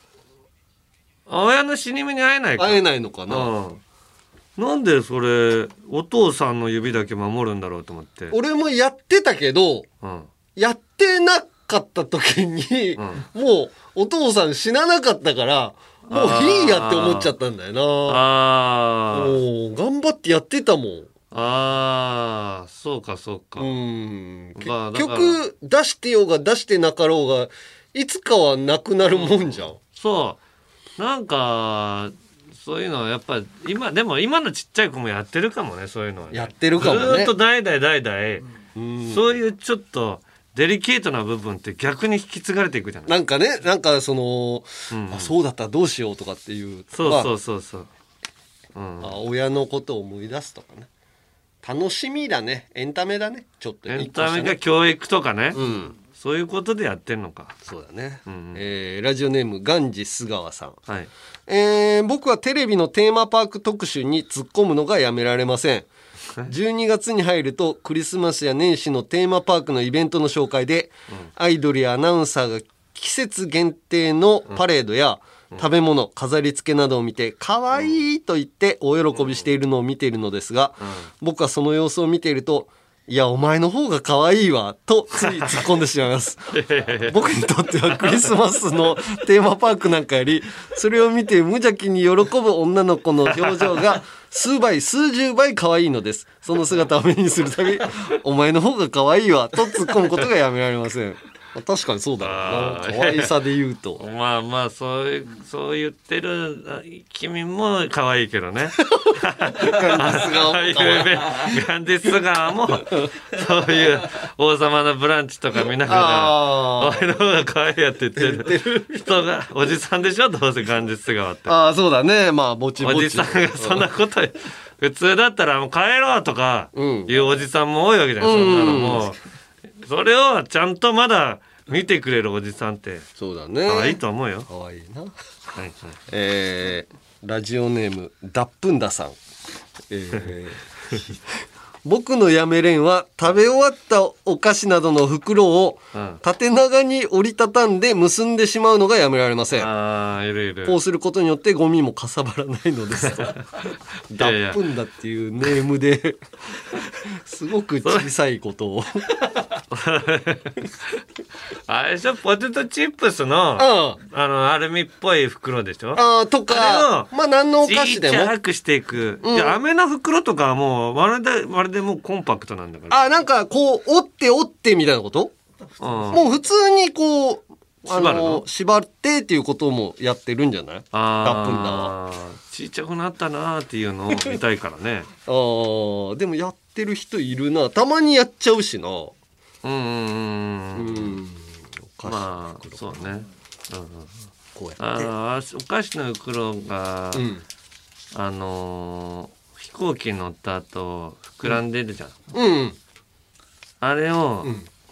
親の死に目に会えないか。 会えないのかな。 なんでそれお父さんの指だけ守るんだろうと思って。 俺もやってたけど、やってなかった時に、もうお父さん死ななかったからもういいやって思っちゃったんだよな。もう頑張ってやってたもん。 そうかそうか。 結局出してようが出してなかろうがいつかはなくなるもんじゃん。 そうなんかそういうのはやっぱ今のちっちゃい子もやってるかもね。そういうのは、ね、 やってるかもね。 ずっと代々そういうちょっとデリケートな部分って逆に引き継がれていくじゃない。 なんかね、なんかその、そうだったらどうしようとかっていう。 そう親のことを思い出すとかね。楽しみだね。エンタメだね。ちょっとエンタメが教育とかね、そういうことでやってんのか。 そうだね。ラジオネームガンジス川さん、僕はテレビのテーマパーク特集に突っ込むのがやめられません。12月に入るとクリスマスや年始のテーマパークのイベントの紹介で、アイドルやアナウンサーが季節限定のパレードや食べ物、飾り付けなどを見て可愛いと言って大喜びしているのを見ているのですが、僕はその様子を見ていると、いやお前の方が可愛いわとつい突っ込んでしまいます。僕にとってはクリスマスのテーマパークなんかより、それを見て無邪気に喜ぶ女の子の表情が数倍数十倍可愛いのです。その姿を目にするたび、お前の方が可愛いわと突っ込むことがやめられません。確かにそうだろうな。可愛さで言うとまあまあそう言ってる君も可愛いけどね。ガンデス川もそういう王様のブランチとか見ながら俺の方が可愛いやって言ってる人がおじさんでしょ。どうせガンデス川って。 そうだね。まあぼちぼちおじさんがそんなこと普通だったらもう帰ろうとかいうおじさんも多いわけじゃない。そんなのもうそれをちゃんとまだ見てくれるおじさんってそうだね。 可愛いと思うよ。 可愛いな。ラジオネームダップンダさん、 僕のやめれんは食べ終わったお菓子などの袋を縦長に折りたたんで結んでしまうのがやめられません。こうすることによってゴミもかさばらないのですと。脱粉だっていうネームですごく小さいことをあれでしょ、ポテトチップスの、アルミっぽい袋でしょ。 とか、まあ何のお菓子でも小さくしていく。いや、飴の袋とかはもうまるでもうコンパクトなんだから。 なんかこう折ってみたいなこと？もう普通にこう縛ってっていうこともやってるんじゃない？脱粉だわ。 ちっちゃくなったなーっていうのを見たいからね。 でもやってる人いるな。たまにやっちゃうしな。 まあそうね。 こうやってお菓子の袋が、飛行機に乗った後膨らんでるじゃん。あれを、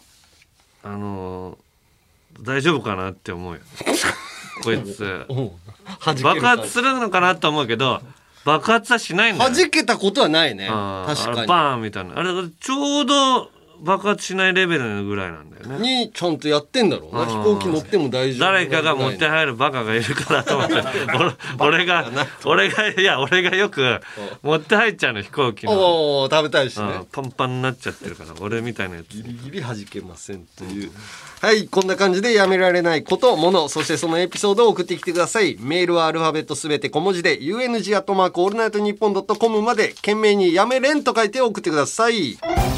大丈夫かなって思うよ。こいつ爆発するのかなと思うけど爆発はしないんだよ。 弾けたことはないね。確かにバーンみたいな、あれちょうど爆発しないレベルぐらいなんだよね。 にちゃんとやってんだろうな。飛行機乗っても大丈夫。 誰かが持って入るバカがいるからと思って俺がよく持って入っちゃうの、飛行機の。 食べたいしね。 パンパンになっちゃってるから俺みたいなやつギリギリ弾けませんという、はい、こんな感じでやめられないこと、もの、そしてそのエピソードを送ってきてください。メールはアルファベットすべて小文字で UNG@allnightnippon.com まで懸命にやめれんと書いて送ってください。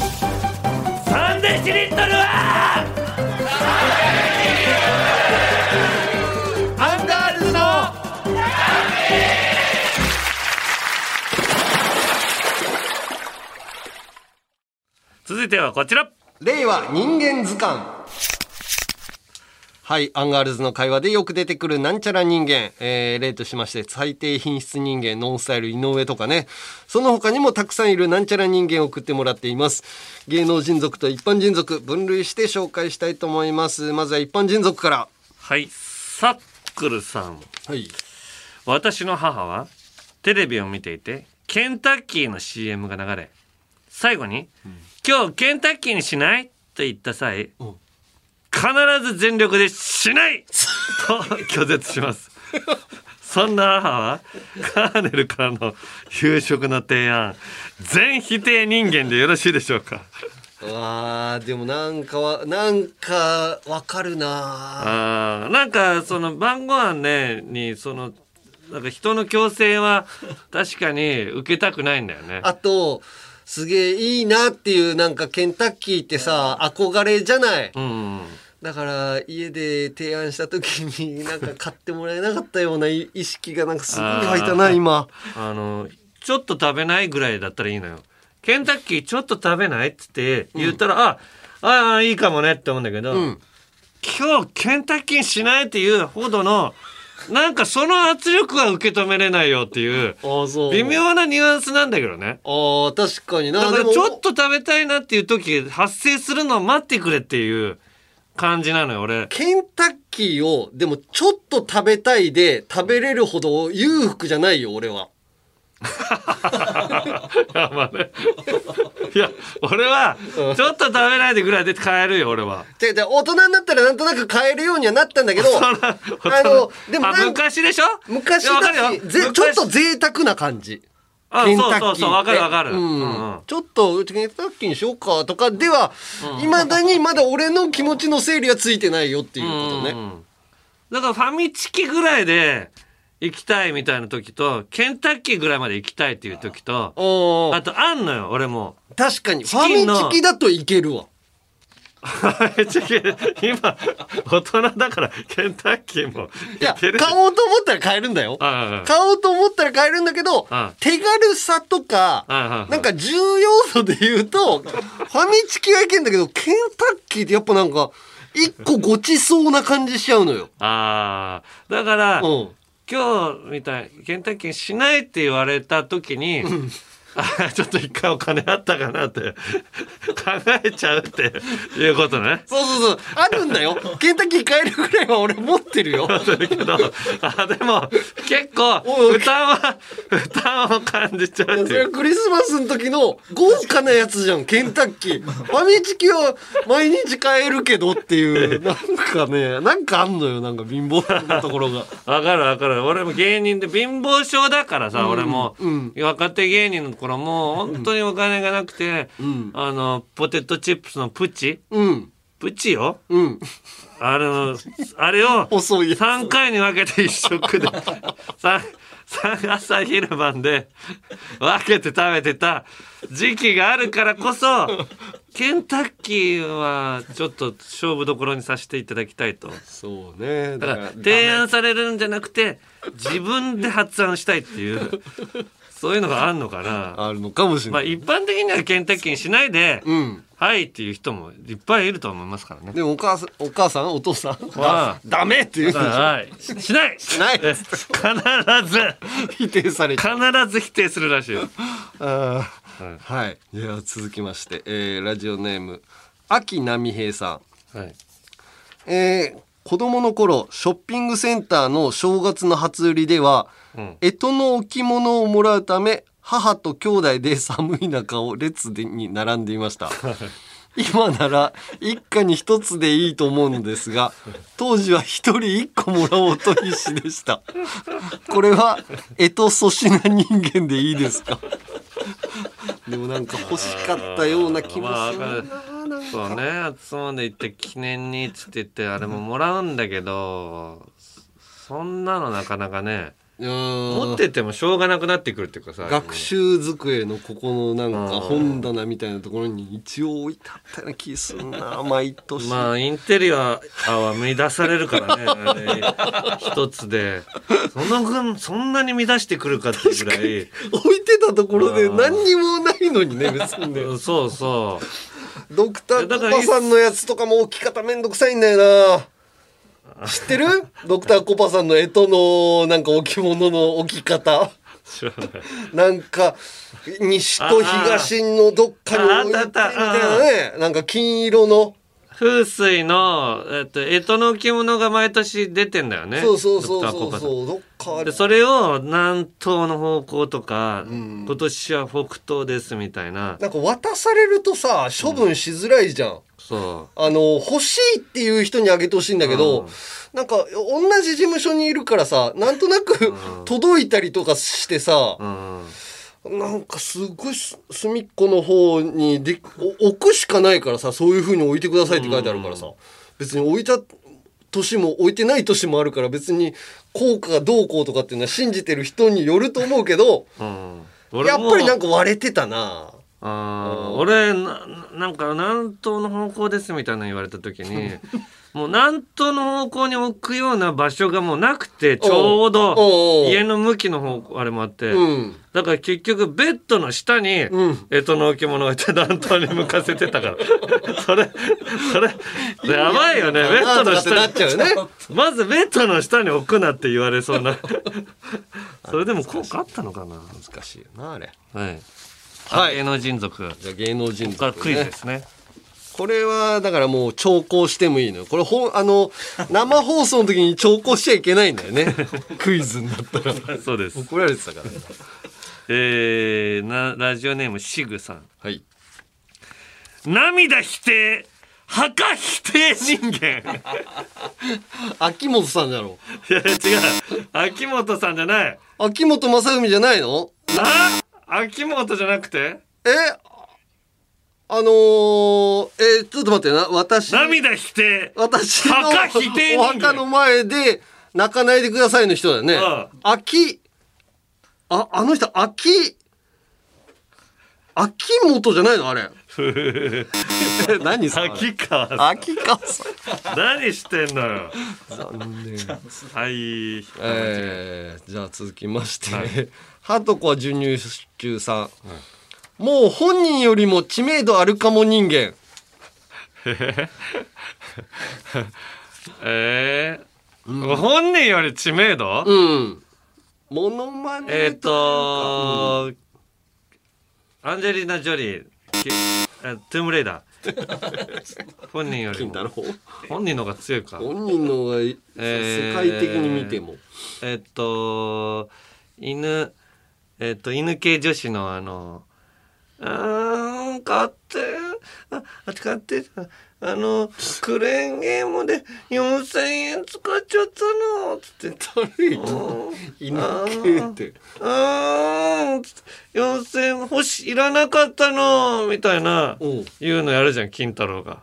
31リットルはアンガールズの続いてはこちら、 令和人間図鑑。はい、アンガールズの会話でよく出てくるなんちゃら人間、例としまして最低品質人間、ノンスタイル井上とかね、その他にもたくさんいるなんちゃら人間を送ってもらっています。芸能人族と一般人族分類して紹介したいと思います。まずは一般人族から。 はい、サックルさん。 はい、 私の母はテレビを見ていてケンタッキーの CM が流れ、最後に、今日ケンタッキーにしないと言った際、必ず全力でしないと拒絶します。そんな母はカーネルからの夕食の提案、全否定人間でよろしいでしょうか。 でもなんかわかるな。 なんかその晩ご飯ねになんか人の強制は確かに受けたくないんだよね。 あとすげえいいなっていう、なんかケンタッキーってさ憧れじゃない。だから家で提案した時になんか買ってもらえなかったような意識がなんかすごい湧いたな今。 ちょっと食べないぐらいだったらいいのよ。ケンタッキーちょっと食べないって言ったら、いいかもねって思うんだけど、今日ケンタッキーにしないっていうほどのなんかその圧力は受け止めれないよっていう微妙なニュアンスなんだけどね。 確かにな。 だからちょっと食べたいなっていう時発生するのを待ってくれっていう感じなのよ俺。 ケンタッキーをでもちょっと食べたいで食べれるほど裕福じゃないよ俺は。 いや俺はちょっと食べないでぐらいで買えるよ俺は。 大人になったらなんとなく買えるようにはなったんだけどでも昔でしょ。 昔だしちょっと贅沢な感じ。ケンタッキーそうわかるわかる。 ちょっとケンタッキーにしようかとかではいまだにまだ俺の気持ちの整理はついてないよっていうことね。 だからファミチキぐらいで行きたいみたいな時とケンタッキーぐらいまで行きたいっていう時と、あとあんのよ俺も。 確かにファミチキだといけるわ。 今大人だからケンタッキーもいける。 買おうと思ったら買えるんだよ。買おうと思ったら買えるんだけど、手軽さとかなんか重要度で言うとファミチキはいけんだけど、ケンタッキーってやっぱなんか一個ごちそうな感じしちゃうのよ。 だから今日みたいケンタッキーしないって言われた時にちょっと一回お金あったかなって考えちゃうっていうことね。 そうあるんだよ。ケンタッキー買えるぐらいは俺持ってるよ。 だけどでも結構負担を感じちゃうっていう。 それクリスマスの時の豪華なやつじゃん。ケンタッキーファミチキは毎日買えるけどっていうなんかね、なんかあんのよ、なんか貧乏なところが。 わかる。俺も芸人で貧乏症だからさ、俺も、若手芸人の頃も本当にお金がなくて、ポテトチップスのプチよ、あれを3回に分けて一食で朝昼晩で分けて食べてた時期があるからこそケンタッキーはちょっと勝負どころにさせていただきたいと。 そうね。 だから提案されるんじゃなくて自分で発案したいっていうそういうのがあるのかな。 あるのかもしれない。 一般的にはケンタッキーにしないで、はいっていう人もいっぱいいると思いますからね。 でもお母さんお父さんはダメって言うんでしょ。 はい、しない必ず否定され必ず否定するらしいよ。 はい。では続きまして、ラジオネーム秋波平さん。はい。子供の頃ショッピングセンターの正月の初売りでは、干支の置物をもらうため母と兄弟で寒い中を列に並んでいました。今なら一家に一つでいいと思うのですが、当時は一人一個もらおうと必死でした。これは干支粗品人間でいいですか？でもなんか欲しかったような気もするな。 そうね、集まんで行って記念にっつって言ってあれももらうんだけど、そんなのなかなかね、持っててもしょうがなくなってくるっていうかさ、 学習机のここのなんか本棚みたいなところに一応置いてあったような気すんな、毎年。 インテリアは乱されるからね一つでそんなに乱してくるかっていうぐらい置いてたところで何にもないのにね、別にね。 そうドクターコパさんのやつとかも置き方めんどくさいんだよな。知ってる？ドクターコパさんの干支のなんか置物の置き方。 知らない。 なんか西と東のどっかに置いてみたいなね。なんか金色の風水の干支の置物が毎年出てんだよね。 そう。 どっかある。でそれを南東の方向とか、今年は北東ですみたいな。 なんか渡されるとさ、処分しづらいじゃん。欲しいっていう人にあげてほしいんだけど、なんか同じ事務所にいるからさ、なんとなく届いたりとかしてさ、なんかすごい隅っこの方に置くしかないからさ、そういう風に置いてくださいって書いてあるからさ、別に置いた年も置いてないToshiもあるから、別に効果がどうこうとかっていうのは信じてる人によると思うけど、やっぱりなんか割れてたな。 俺なんか南東の方向ですみたいなの言われた時にもう南東の方向に置くような場所がもうなくて、ちょうど家の向きの方あれもあって、だから結局ベッドの下に干支の置物を置いて南東に向かせてたからそれやばいよね。ベッドの下にまずベッドの下に置くなって言われそうなそれでも効果あったのかな。 難しいよなあれ。 芸能人族。 じゃあ芸能人族、 ここからクイズですね。 これはだからもう長考してもいいのよ。これ生放送の時に長考しちゃいけないんだよねクイズになったらそうです。 怒られてたからラジオネームシグさん。 はい。 涙否定墓否定人間秋元さんだろ。 いや違う、秋元さんじゃない。 秋元正文じゃないの？ 秋元じゃなくてちょっと待ってな。 涙否定。 私の墓否定人間。 お墓の前で泣かないでくださいの人だよね。あの人秋元じゃないのあれ何さん秋川さん何してんのよ。 残念。 はい、 じゃあ続きまして、はとこは準入中さん、もう本人よりも知名度あるかも人間本人より知名度？ モノマネアンジェリーナ・ジョリートゥームレイダー本人よりも本人の方が強いか。 本人の方が世界的に見ても犬系女子の買ってクレーンゲームで4000円使っちゃったのつって誰犬系って 4000円いらなかったのみたいな言うのやるじゃん金太郎が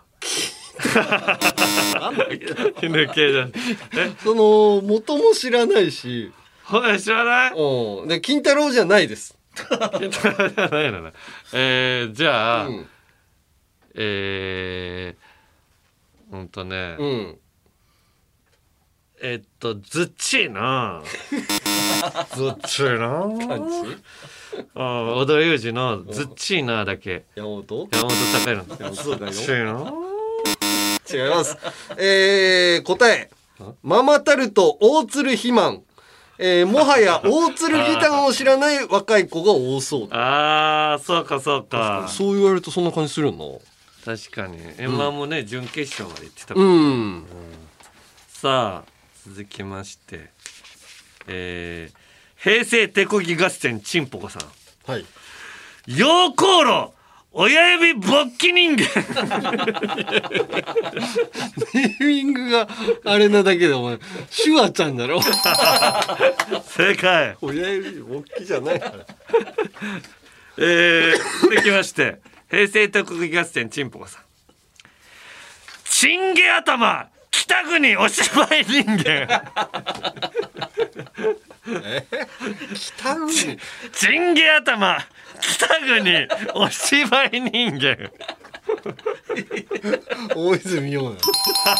犬系じゃんその元も知らないし知らないで金太郎じゃないです金太郎じゃないのねじゃあ、ずっちーなずっちーな織田裕二のずっちーなだけ山本高いのずっちーな違います答えママタルト大鶴肥満もはや大鶴ギターを知らない若い子が多そうそうかそうかそう言われるとそんな感じするよな確かに M1 もね、準決勝まで行ってたから、さあ続きまして平成手こぎ合戦チンポコさんはい溶鉱炉親指勃起人間ネーミングがあれなだけでお前シュワちゃんだろ正解親指勃起じゃないから続きまして平成特技合戦チンポコさんチンゲ頭北国お芝居人間北国チンゲ頭北国お芝居人間大泉洋な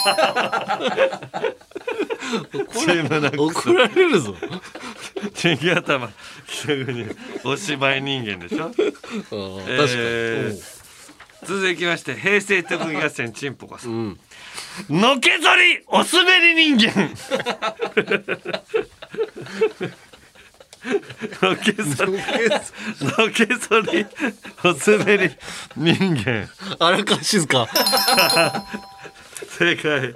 怒られるぞチンゲ頭北国お芝居人間でしょ確かに続きまして平成特技合戦チンポコさん、のけぞりお滑り人間のけぞりお滑り人間荒川静香正解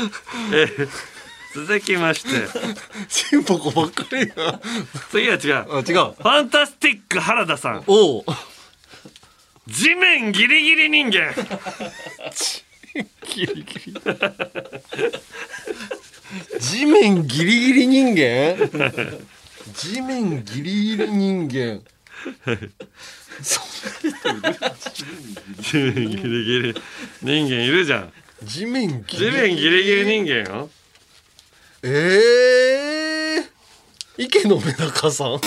続きましてチンポコばっかりや次は違うファンタスティック原田さん地面ギリギリ人間ギリギリ地面ギリギリ人間地面ギリギリ人間地面ギリギリ人間いるじゃん地面ギリギリ人間よ池のメダカさん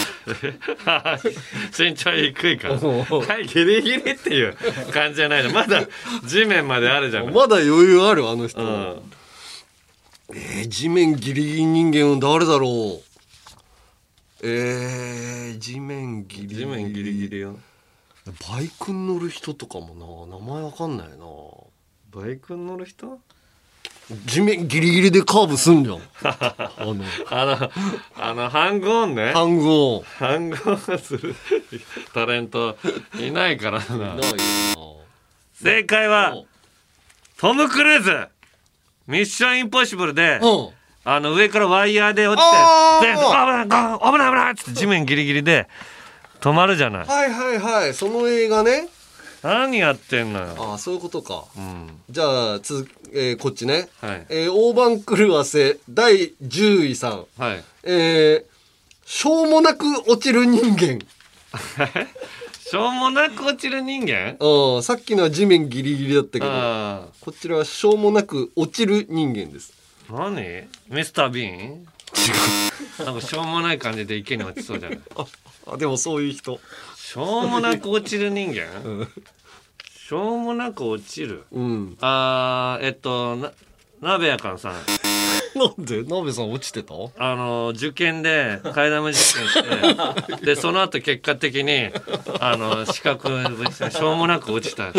身長低いからはいギリギリっていう感じじゃないのまだ地面まであるじゃんまだ余裕あるあの人、地面ギリギリ人間は誰だろう地面ギリギリよバイクに乗る人とかもな名前わかんないなバイクに乗る人地面ギリギリでカーブすんじゃんハングオンねハングオンするタレントいないからな正解はトム・クルーズミッションインポッシブルで上からワイヤーで落ちて危ないっつって地面ギリギリで止まるじゃないはいその映画ね何やってんのよそういうことか、じゃあこっちね、大番狂わせ第10位さん、しょうもなく落ちる人間しょうもなく落ちる人間さっきのは地面ギリギリだったけどこちらはしょうもなく落ちる人間です何ミスター・ビーン違うなんかしょうもない感じで池に落ちそうじゃないでもそういう人しょうもなく落ちる人間、しょうもなく落ちる、鍋やかんさんなんで鍋さん落ちてた受験で替え玉受験してでその後結果的に資格しょうもなく落ちた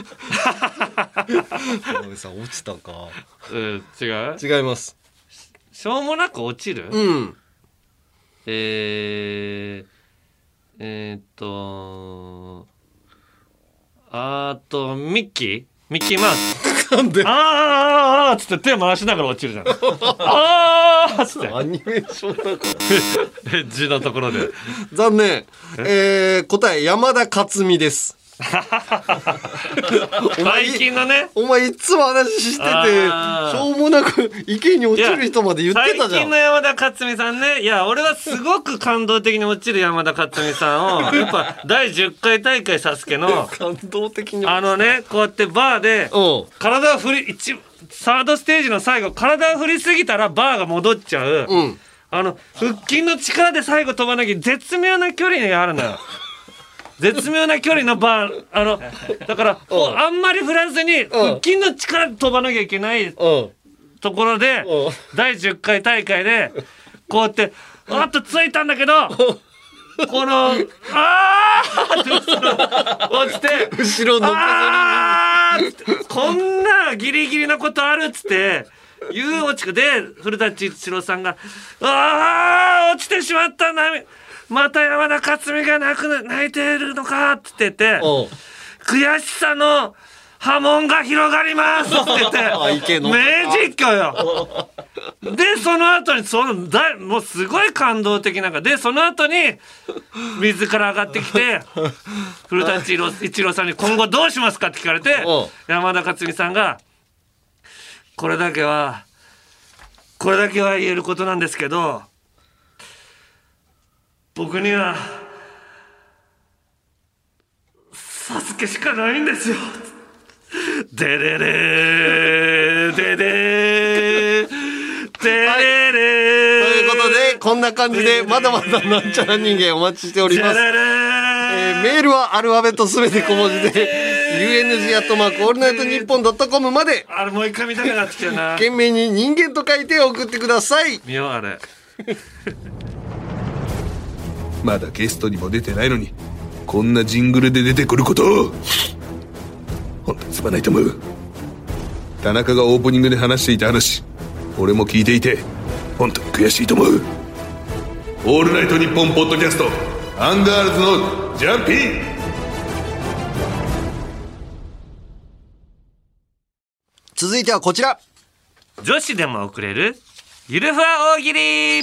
鍋さん落ちたか違う違いますしょうもなく落ちるミッキーマウスなんであーつって手回しながら落ちるじゃんあーつってアニメーションだからエッジのところで残念答え山田勝美です最近のねお前いつも話しててしょうもなく池に落ちる人まで言ってたじゃん。 最近の山田勝美さんね。いや俺はすごく感動的に落ちる山田勝美さんをやっぱ第10回大会サスケの感動的にこうやってバーで体を振りサードステージの最後体を振りすぎたらバーが戻っちゃう、腹筋の力で最後飛ばなきゃ絶妙な距離にあるのよ絶妙な距離のバーだからあんまり振らずに腹筋の力で飛ばなきゃいけないところで第10回大会でこうやってあっとついたんだけどこのって落ちて後ろのこんなギリギリなことあるっつっていう落ちくで古舘一郎さんが落ちてしまったんだまた山田勝美が泣いているのかって言って悔しさの波紋が広がりますって言って名実況よでその後にもうすごい感動的なでその後に自ら上がってきて古舘一郎さんに今後どうしますかって聞かれて山田勝美さんがこれだけは言えることなんですけど僕にはサスケしかないんですよデレレデレデレレということでこんな感じでまだまだなんちゃら人間お待ちしております。メールはアルファベットすべて小文字でUNG@allnightnippon.com までもう一回見たくなってきたな懸命に人間と書いて送ってください。 見ようあれまだゲストにも出てないのにこんなジングルで出てくること本当にすまないと思う。田中がオープニングで話していた話俺も聞いていて本当に悔しいと思う。オールナイトニッポンポッドキャストアンガールズのジャンピン。 続いてはこちら女子でも送れるゆるふわ大喜利。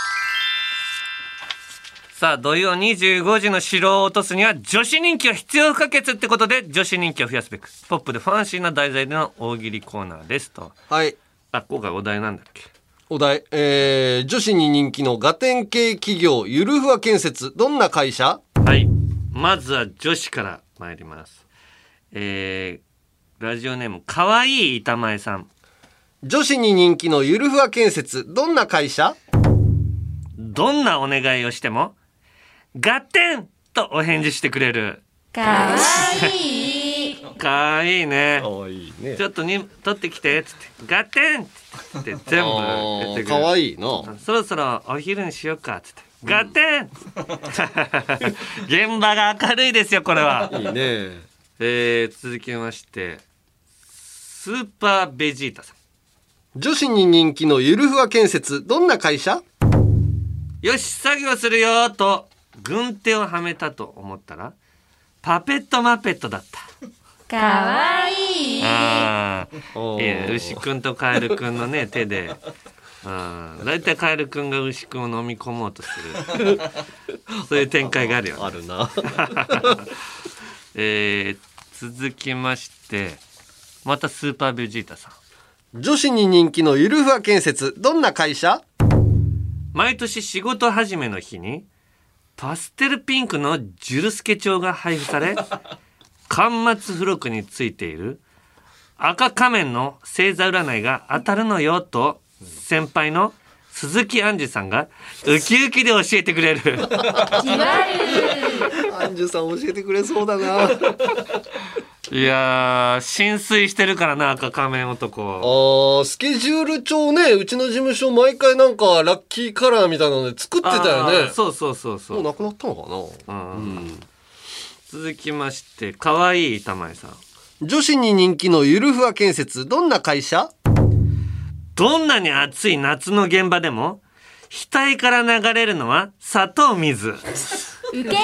さあ土曜25時の城を落とすには女子人気は必要不可欠ってことで女子人気を増やすべくポップでファンシーな題材での大喜利コーナーですと。 はい今回お題なんだっけ。 お題、女子に人気のガテン系企業ゆるふわ建設どんな会社。 はいまずは女子から参ります。ラジオネームかわいい板前さん。 女子に人気のゆるふわ建設どんな会社。 どんなお願いをしてもガテンとお返事してくれる。 かわいいかわいいね。 かわいいね。 ちょっと取ってきてっつってガテンって全部言ってくれる。 かわいいな。 そろそろお昼にしようかっつってガテン現場が明るいですよこれは。 いいね。 続きましてスーパーベジータさん。 女子に人気のゆるふわ建設どんな会社。 よし作業するよと軍手をはめたと思ったらパペットマペットだった。 かわいい。 牛くんとカエルくんのね手でだいたいカエルくんが牛くんを飲み込もうとするそういう展開があるよね。 あるな続きましてまたスーパーベジータさん。女子に人気のゆるふわ建設どんな会社。 毎年仕事始めの日にパステルピンクのジュルスケ帳が配布され巻末付録についている赤仮面の星座占いが当たるのよと先輩の鈴木杏樹さんがウキウキで教えてくれる。 杏樹さん教えてくれそうだな。 いやー浸水してるからな赤仮面男。 スケジュール帳ねうちの事務所毎回なんかラッキーカラーみたいなので作ってたよね。 そうもうなくなったのかな。 続きましてかわいい板前さん。 女子に人気のゆるふわ建設どんな会社。 どんなに暑い夏の現場でも額から流れるのは砂糖水ウケ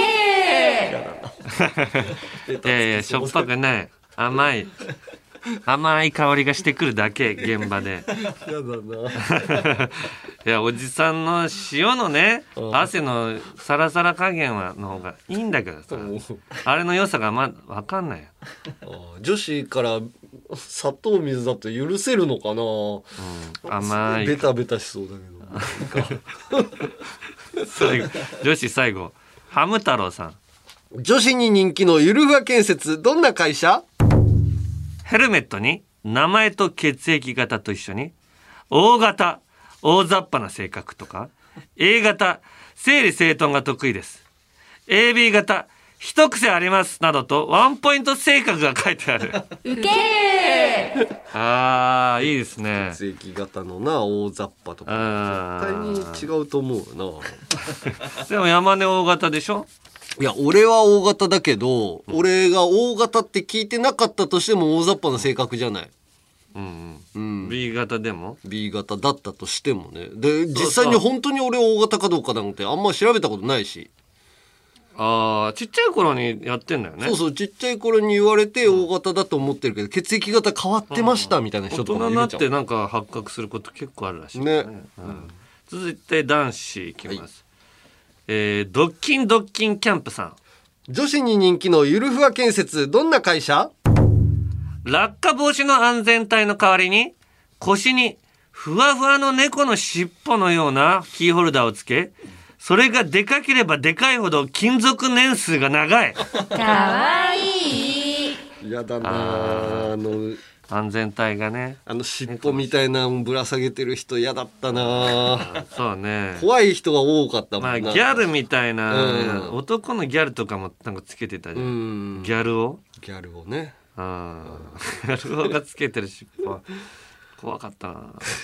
いやいやしょっぱくない甘い香りがしてくるだけ現場でやだな。 いやおじさんの塩のね汗のサラサラ加減の方がいいんだけどさあれの良さが分かんないよ。 女子から砂糖水だと許せるのかな、 甘いベタベタしそうだけど女子最後ハム太郎さん。 女子に人気のゆるふわ建設どんな会社？ ヘルメットに名前と血液型と一緒に O 型大雑把な性格とか A 型整理整頓が得意です AB 型一癖ありますなどとワンポイント性格が書いてある。 ウケあーいいですね。 血液型のな大雑把とか絶対に違うと思うよな。 でも山根 O 型でしょ。 いや俺は O 型だけど、俺が O 型って聞いてなかったとしても大雑把な性格じゃない。 B 型でも B 型だったとしてもね。で実際に本当に俺 O 型かどうかなんてあんま調べたことないし。 ちっちゃい頃にやってんだよね。 そうそうちっちゃい頃に言われて O 型だと思ってるけど血液型変わってましたみたいな人とかもいるじゃん。 大人になってなんか発覚すること結構あるらしいね。続いて男子いきます。ドッキンキャンプさん。 女子に人気のゆるふわ建設どんな会社？ 落下防止の安全帯の代わりに腰にふわふわの猫の尻尾のようなキーホルダーをつけ、それがでかければでかいほど勤続年数が長い。 かわいい。 やだな安全帯がね尻尾みたいなのぶら下げてる人嫌だったな。 そうね怖い人が多かったもんな。 ギャルみたいな、男のギャルとかもなんかつけてたじゃん。ギャルをね。 ギャルをがつけてる尻尾は怖かったな。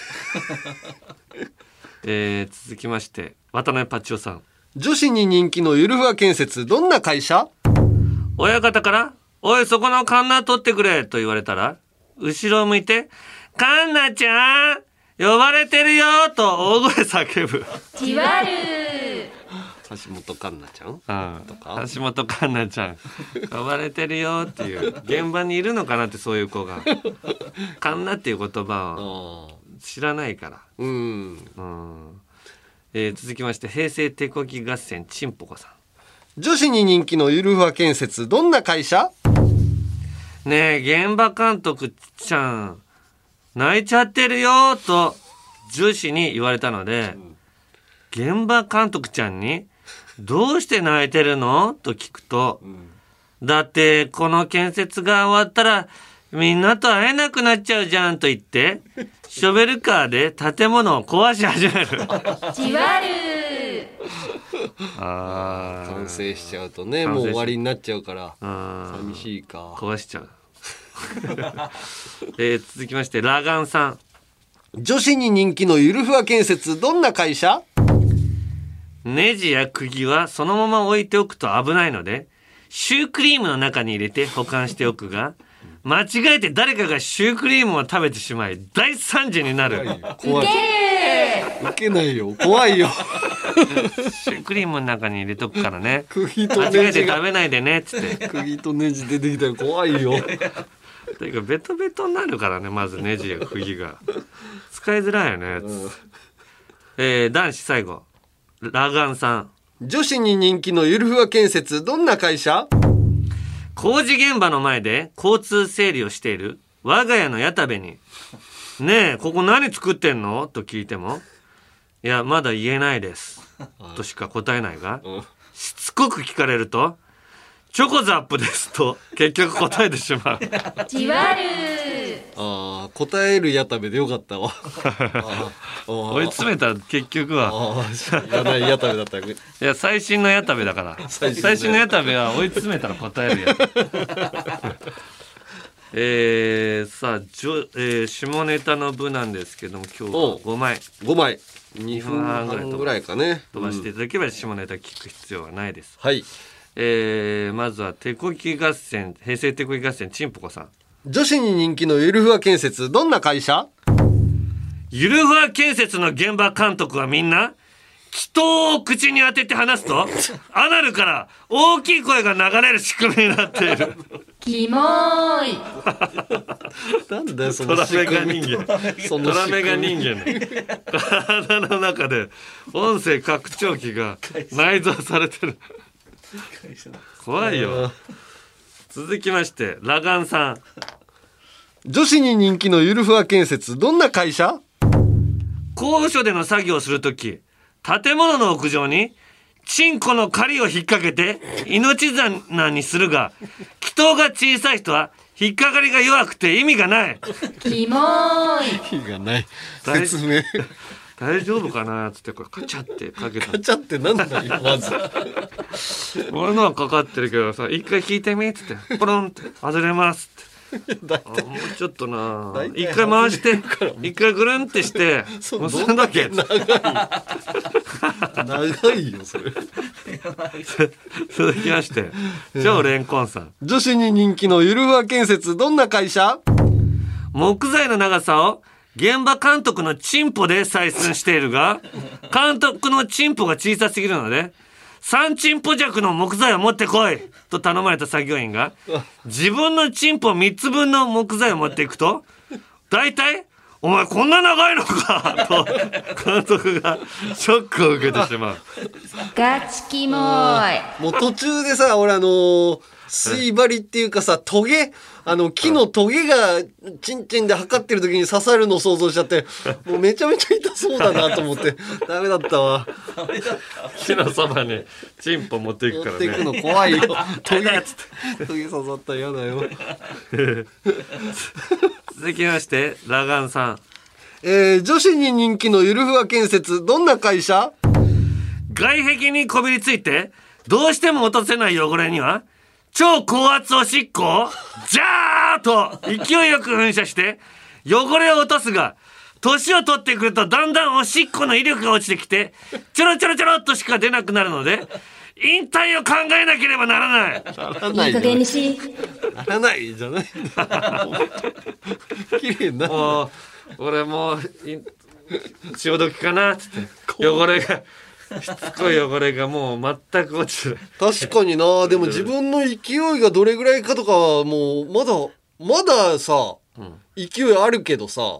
続きまして渡辺パチオさん。 女子に人気のゆるふわ建設どんな会社？ 親方からおいそこのカンナ取ってくれと言われたら後ろを向いてカンナちゃん呼ばれてるよと大声叫ぶ。 じわる橋本環奈ちゃんとか橋本環奈ちゃん呼ばれてるよっていう現場にいるのかなってそういう子がカンナっていう言葉を知らないから。続きまして平成手こぎ合戦ちんぽこさん。 女子に人気のゆるふわ建設どんな会社？ ねえ現場監督ちゃん泣いちゃってるよと女子に言われたので、現場監督ちゃんにどうして泣いてるのと聞くと、だってこの建設が終わったらみんなと会えなくなっちゃうじゃんと言ってショベルカーで建物を壊し始める。 じわる完成しちゃうとねもう終わりになっちゃうから寂しいか。 壊しちゃう。続きましてラガンさん。 女子に人気のゆるふわ建設どんな会社？ ネジや釘はそのまま置いておくと危ないのでシュークリームの中に入れて保管しておくが、間違えて誰かがシュークリームを食べてしまい大惨事になる。 怖い。いけないよ怖いよ。 シュークリームの中に入れとくからね。 釘と間違えて食べないでねっつって。 釘とネジ出てきたら怖いよ。 ていうかベトベトになるからねまずネジや釘が使いづらいよね。男子最後ラガンさん。 女子に人気のゆるふわ建設どんな会社？ 工事現場の前で交通整理をしている我が家の矢田部にねえここ何作ってんのと聞いてもいやまだ言えないですとしか答えないが、しつこく聞かれるとチョコザップですと結局答えてしまう。 じわる答える矢田部でよかったわ。 追い詰めたら結局はいらない矢田部だった。いや最新の矢田部だから最新の矢田部は追い詰めたら答えるやつ。さあ下ネタの部なんですけども今日は5枚 2分半ぐらいかね飛ばしていただければ下ネタ聞く必要はないです。 はい。 まずは手こぎ合戦平成手こぎ合戦ちんぽこさん。 女子に人気のゆるふわ建設どんな会社？ ゆるふわ建設の現場監督はみんな祈祷を口に当てて話すとアナルから大きい声が流れる仕組みになっている。 キモーい。 なんだよそトラメの仕組みガ人間その仕組みトラメガ人間の体の中で音声拡張器が内蔵されてる。怖いよ。続きましてラガンさん。 女子に人気のゆるふわ建設、どんな会社？ 高所での作業をするとき建物の屋上にチンコの針を引っ掛けて命綱にするが、気筒が小さい人は引っかかりが弱くて意味がない。 キモーい。 意味がない説明。 大丈夫かなつってこれカチャってかけた。 カチャってなんだよまず。 俺のはかかってるけどさ、一回引いてみっつってポロンって外れますって。もうちょっとな、一回回して一回ぐるんってして結んだけ。 長いよそれ。 続きまして超レンコンさん。 女子に人気のゆるふわ建設、どんな会社？ 木材の長さを現場監督のチンポで採寸しているが、監督のチンポが小さすぎるので3チンポ弱の木材を持ってこいと頼まれた作業員が自分のチンポ3つ分の木材を持っていくと、大体お前こんな長いのかと監督がショックを受けてしまう。 ガチキモーい。 もう途中でさ、俺水針っていうかさ、トゲ、木のトゲがチンチンで測ってる時に刺さるのを想像しちゃって、もうめちゃめちゃ痛そうだなと思ってダメだったわ。 木のそばにチンポ持っていくからね。 持っていくの怖いよ。トゲ刺さったら嫌だよ。 続きましてラガンさん。 女子に人気のゆるふわ建設、どんな会社？ 外壁にこびりついてどうしても落とせない汚れには超高圧おしっこをジャーと勢いよく噴射して汚れを落とすが、年を取ってくるとだんだんおしっこの威力が落ちてきてちょろちょろちょろっとしか出なくなるので引退を考えなければならない。 いい加減にし。 ならないじゃない。綺麗な。 もう俺もう潮時かなっつって汚れがしつこい汚れがもう全く落ちてる。 確かにな。でも自分の勢いがどれぐらいかとかはもうまださ、勢いあるけどさ、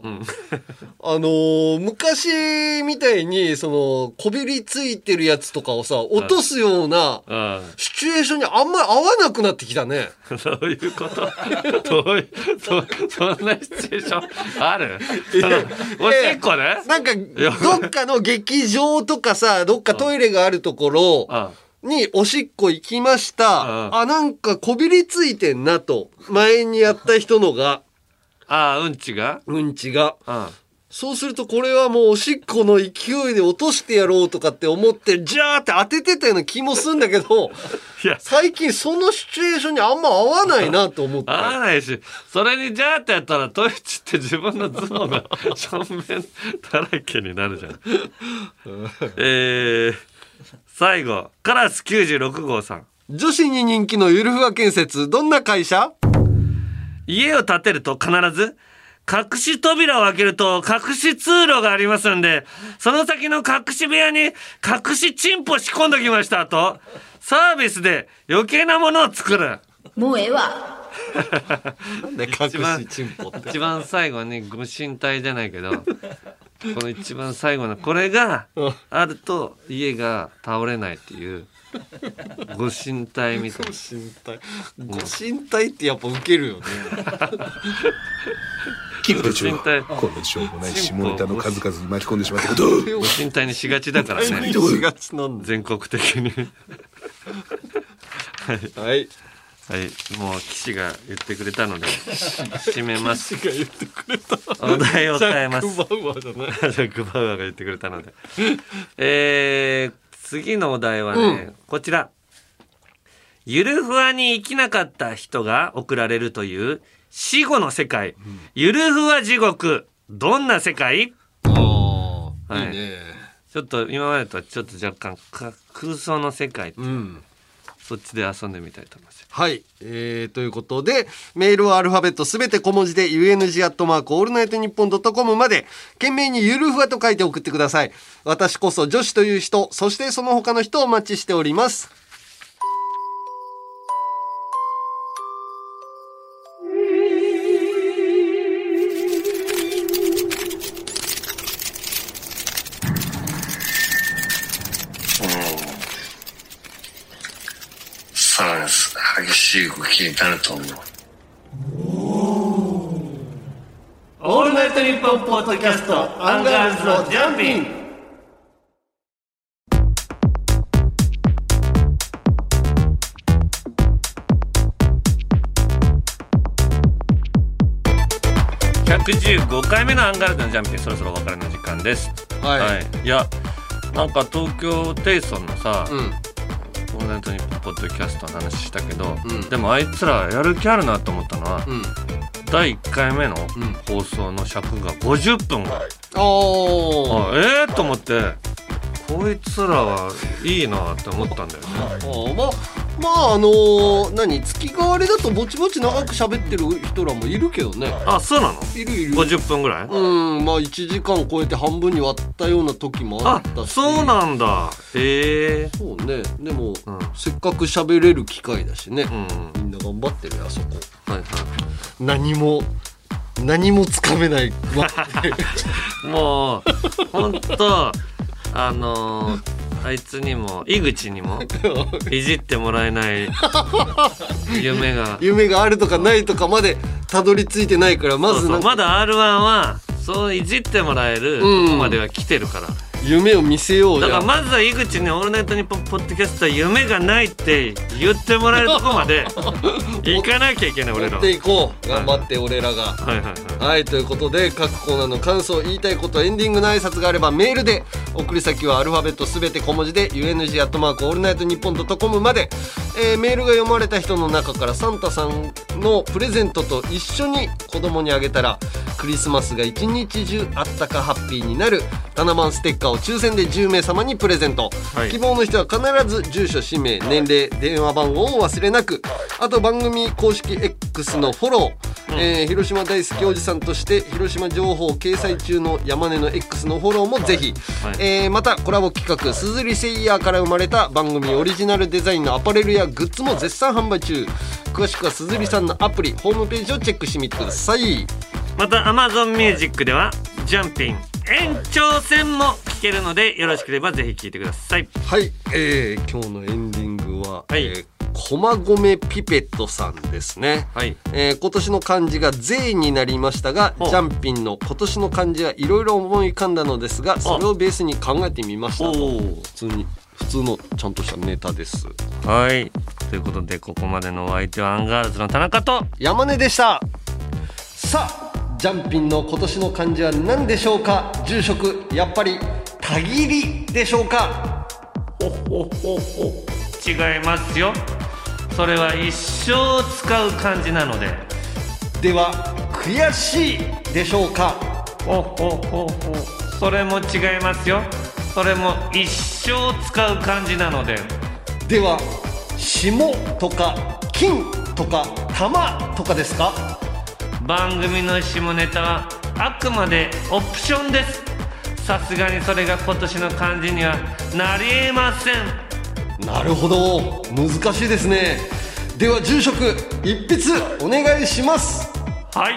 昔みたいにこびりついてるやつとかをさ落とすようなシチュエーションにあんまり合わなくなってきたね。 どういうこと？どういうそんなシチュエーションある？おしっこね。 なんかどっかの劇場とかさ、どっかトイレがあるところにおしっこ行きました。なんかこびりついてんなと、前にやった人のが。 うんちが、 そうするとこれはもうおしっこの勢いで落としてやろうとかって思ってジャーって当ててたような気もするんだけど、最近そのシチュエーションにあんま合わないなと思って。 合わないし、それにジャーってやったらトイチって自分のズボンが正面だらけになるじゃん。最後カラス96号さん。 女子に人気のゆるふわ建設、どんな会社？ 家を建てると必ず隠し扉を開けると隠し通路がありますんで、その先の隠し部屋に隠しチンポ仕込んどきましたとサービスで余計なものを作る。 もうええわ。 なんで隠しチンポって。 一番最後にご神体じゃないけどこの一番最後のこれがあると家が倒れないっていうご神体みたいな。 ご神体ってやっぱウケるよね。 キム隊長、こんなしょうもない下ネタの数々に巻き込んでしまったことご神体にしがちだからね。 しがちなんだ。 全国的に。 はい。 はい、もう岸が言ってくれたので締めます。 岸が言ってくれた。 お題を変えます。 ジャック・バウアーじゃない。 ジャック・バウアーが言ってくれたので。次のお題はね、こちら。ゆるふわに生きなかった人が送られるという死後の世界、ゆるふわ地獄、どんな世界？はい、いいね。ちょっと今までとはちょっと若干空想の世界って、 そっちで遊んでみたいと思います。 はい、ということでメールはアルファベットすべて小文字で UNG@allnightnippon.com まで懸命にゆるふわと書いて送ってください。私こそ女子という人、そしてその他の人をお待ちしております。 激しい動きになると思う。 オールナイトニッポンポッドキャストアンガールズのジャンピン。115回目のアンガールズのジャンピン、そろそろお別れの時間です。はい、いやなんか東京テイソンのさ、オールナイトニッポンポッドキャストの話したけど、でもあいつらやる気あるなと思ったのは、第1回目の放送の尺が50分ぐらい、と思って、こいつらはいいなって思ったんだよね。 何月替わりだとぼちぼち長く喋ってる人らもいるけどね。 あ、そうなの？ いる 50分ぐらい？ まあ1時間超えて半分に割ったような時もあったし。 そうなんだ。 そうね。でも、せっかく喋れる機会だしね、みんな頑張ってるよあそこ。何もつかめないもうほんとあいつにも井口にもいじってもらえない夢があるとかないとかまでたどり着いてないから、まずまだ R1 はそういじってもらえるとこまでは来てるから、 夢を見せようよ。 だからまずは井口にオールナイトニッポンポッドキャストは夢がないって言ってもらえるとこまで行かなきゃいけない。俺ら持っていこう、頑張って俺らが。はい、ということで各コーナーの感想、言いたいこと、エンディングの挨拶があればメールで、送り先はアルファベットすべて小文字で UNG@allnightnippon.com まで、メールが読まれた人の中からサンタさんのプレゼントと一緒に子供にあげたらクリスマスが一日中あったかハッピーになるタナマンステッカーを抽選で10名様にプレゼント、希望の人は必ず住所、氏名、年齢、電話番号を忘れなく、あと番組公式 X のフォロー、広島大好きおじさんとして広島情報掲載中の山根の X のフォローもぜひ、またコラボ企画すずりセイヤーから生まれた番組オリジナルデザインのアパレルやグッズも絶賛販売中。詳しくはすずりさんのアプリホームページをチェックしてみてください。 また Amazon Music ではジャンピン延長戦も聞けるので、よろしければぜひ聞いてください。 はい、今日のエンディングは、駒込ピペットさんですね。今年の漢字が税になりましたが、ジャンピンの今年の漢字はいろいろ思い浮かんだのですが、それをベースに考えてみましたと。普通のちゃんとしたネタです。 はい、ということでここまでのお相手はアンガールズの田中と山根でした。さあ、ジャンピンの今年の漢字は何でしょうか。住職、やっぱりたぎりでしょうか。 違いますよ。それは一生使う漢字なので。 では悔しいでしょうか。 それも違いますよ。それも一生使う漢字なので。 では霜とか金とか玉とかですか。 番組の下ネタはあくまでオプションです。さすがにそれが今年の漢字にはなりえません。 なるほど、難しいですね。では住職、一筆お願いします。 はい。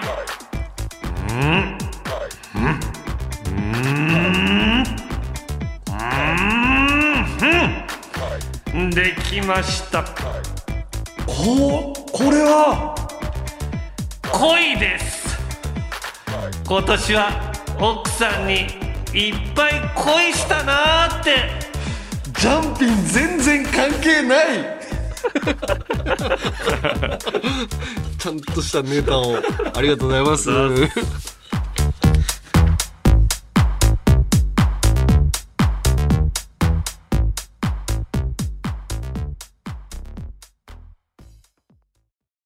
できました。 これは恋です。今年は奥さんにいっぱい恋したなーって。 ジャンピン全然関係ないちゃんとしたネタをありがとうございます。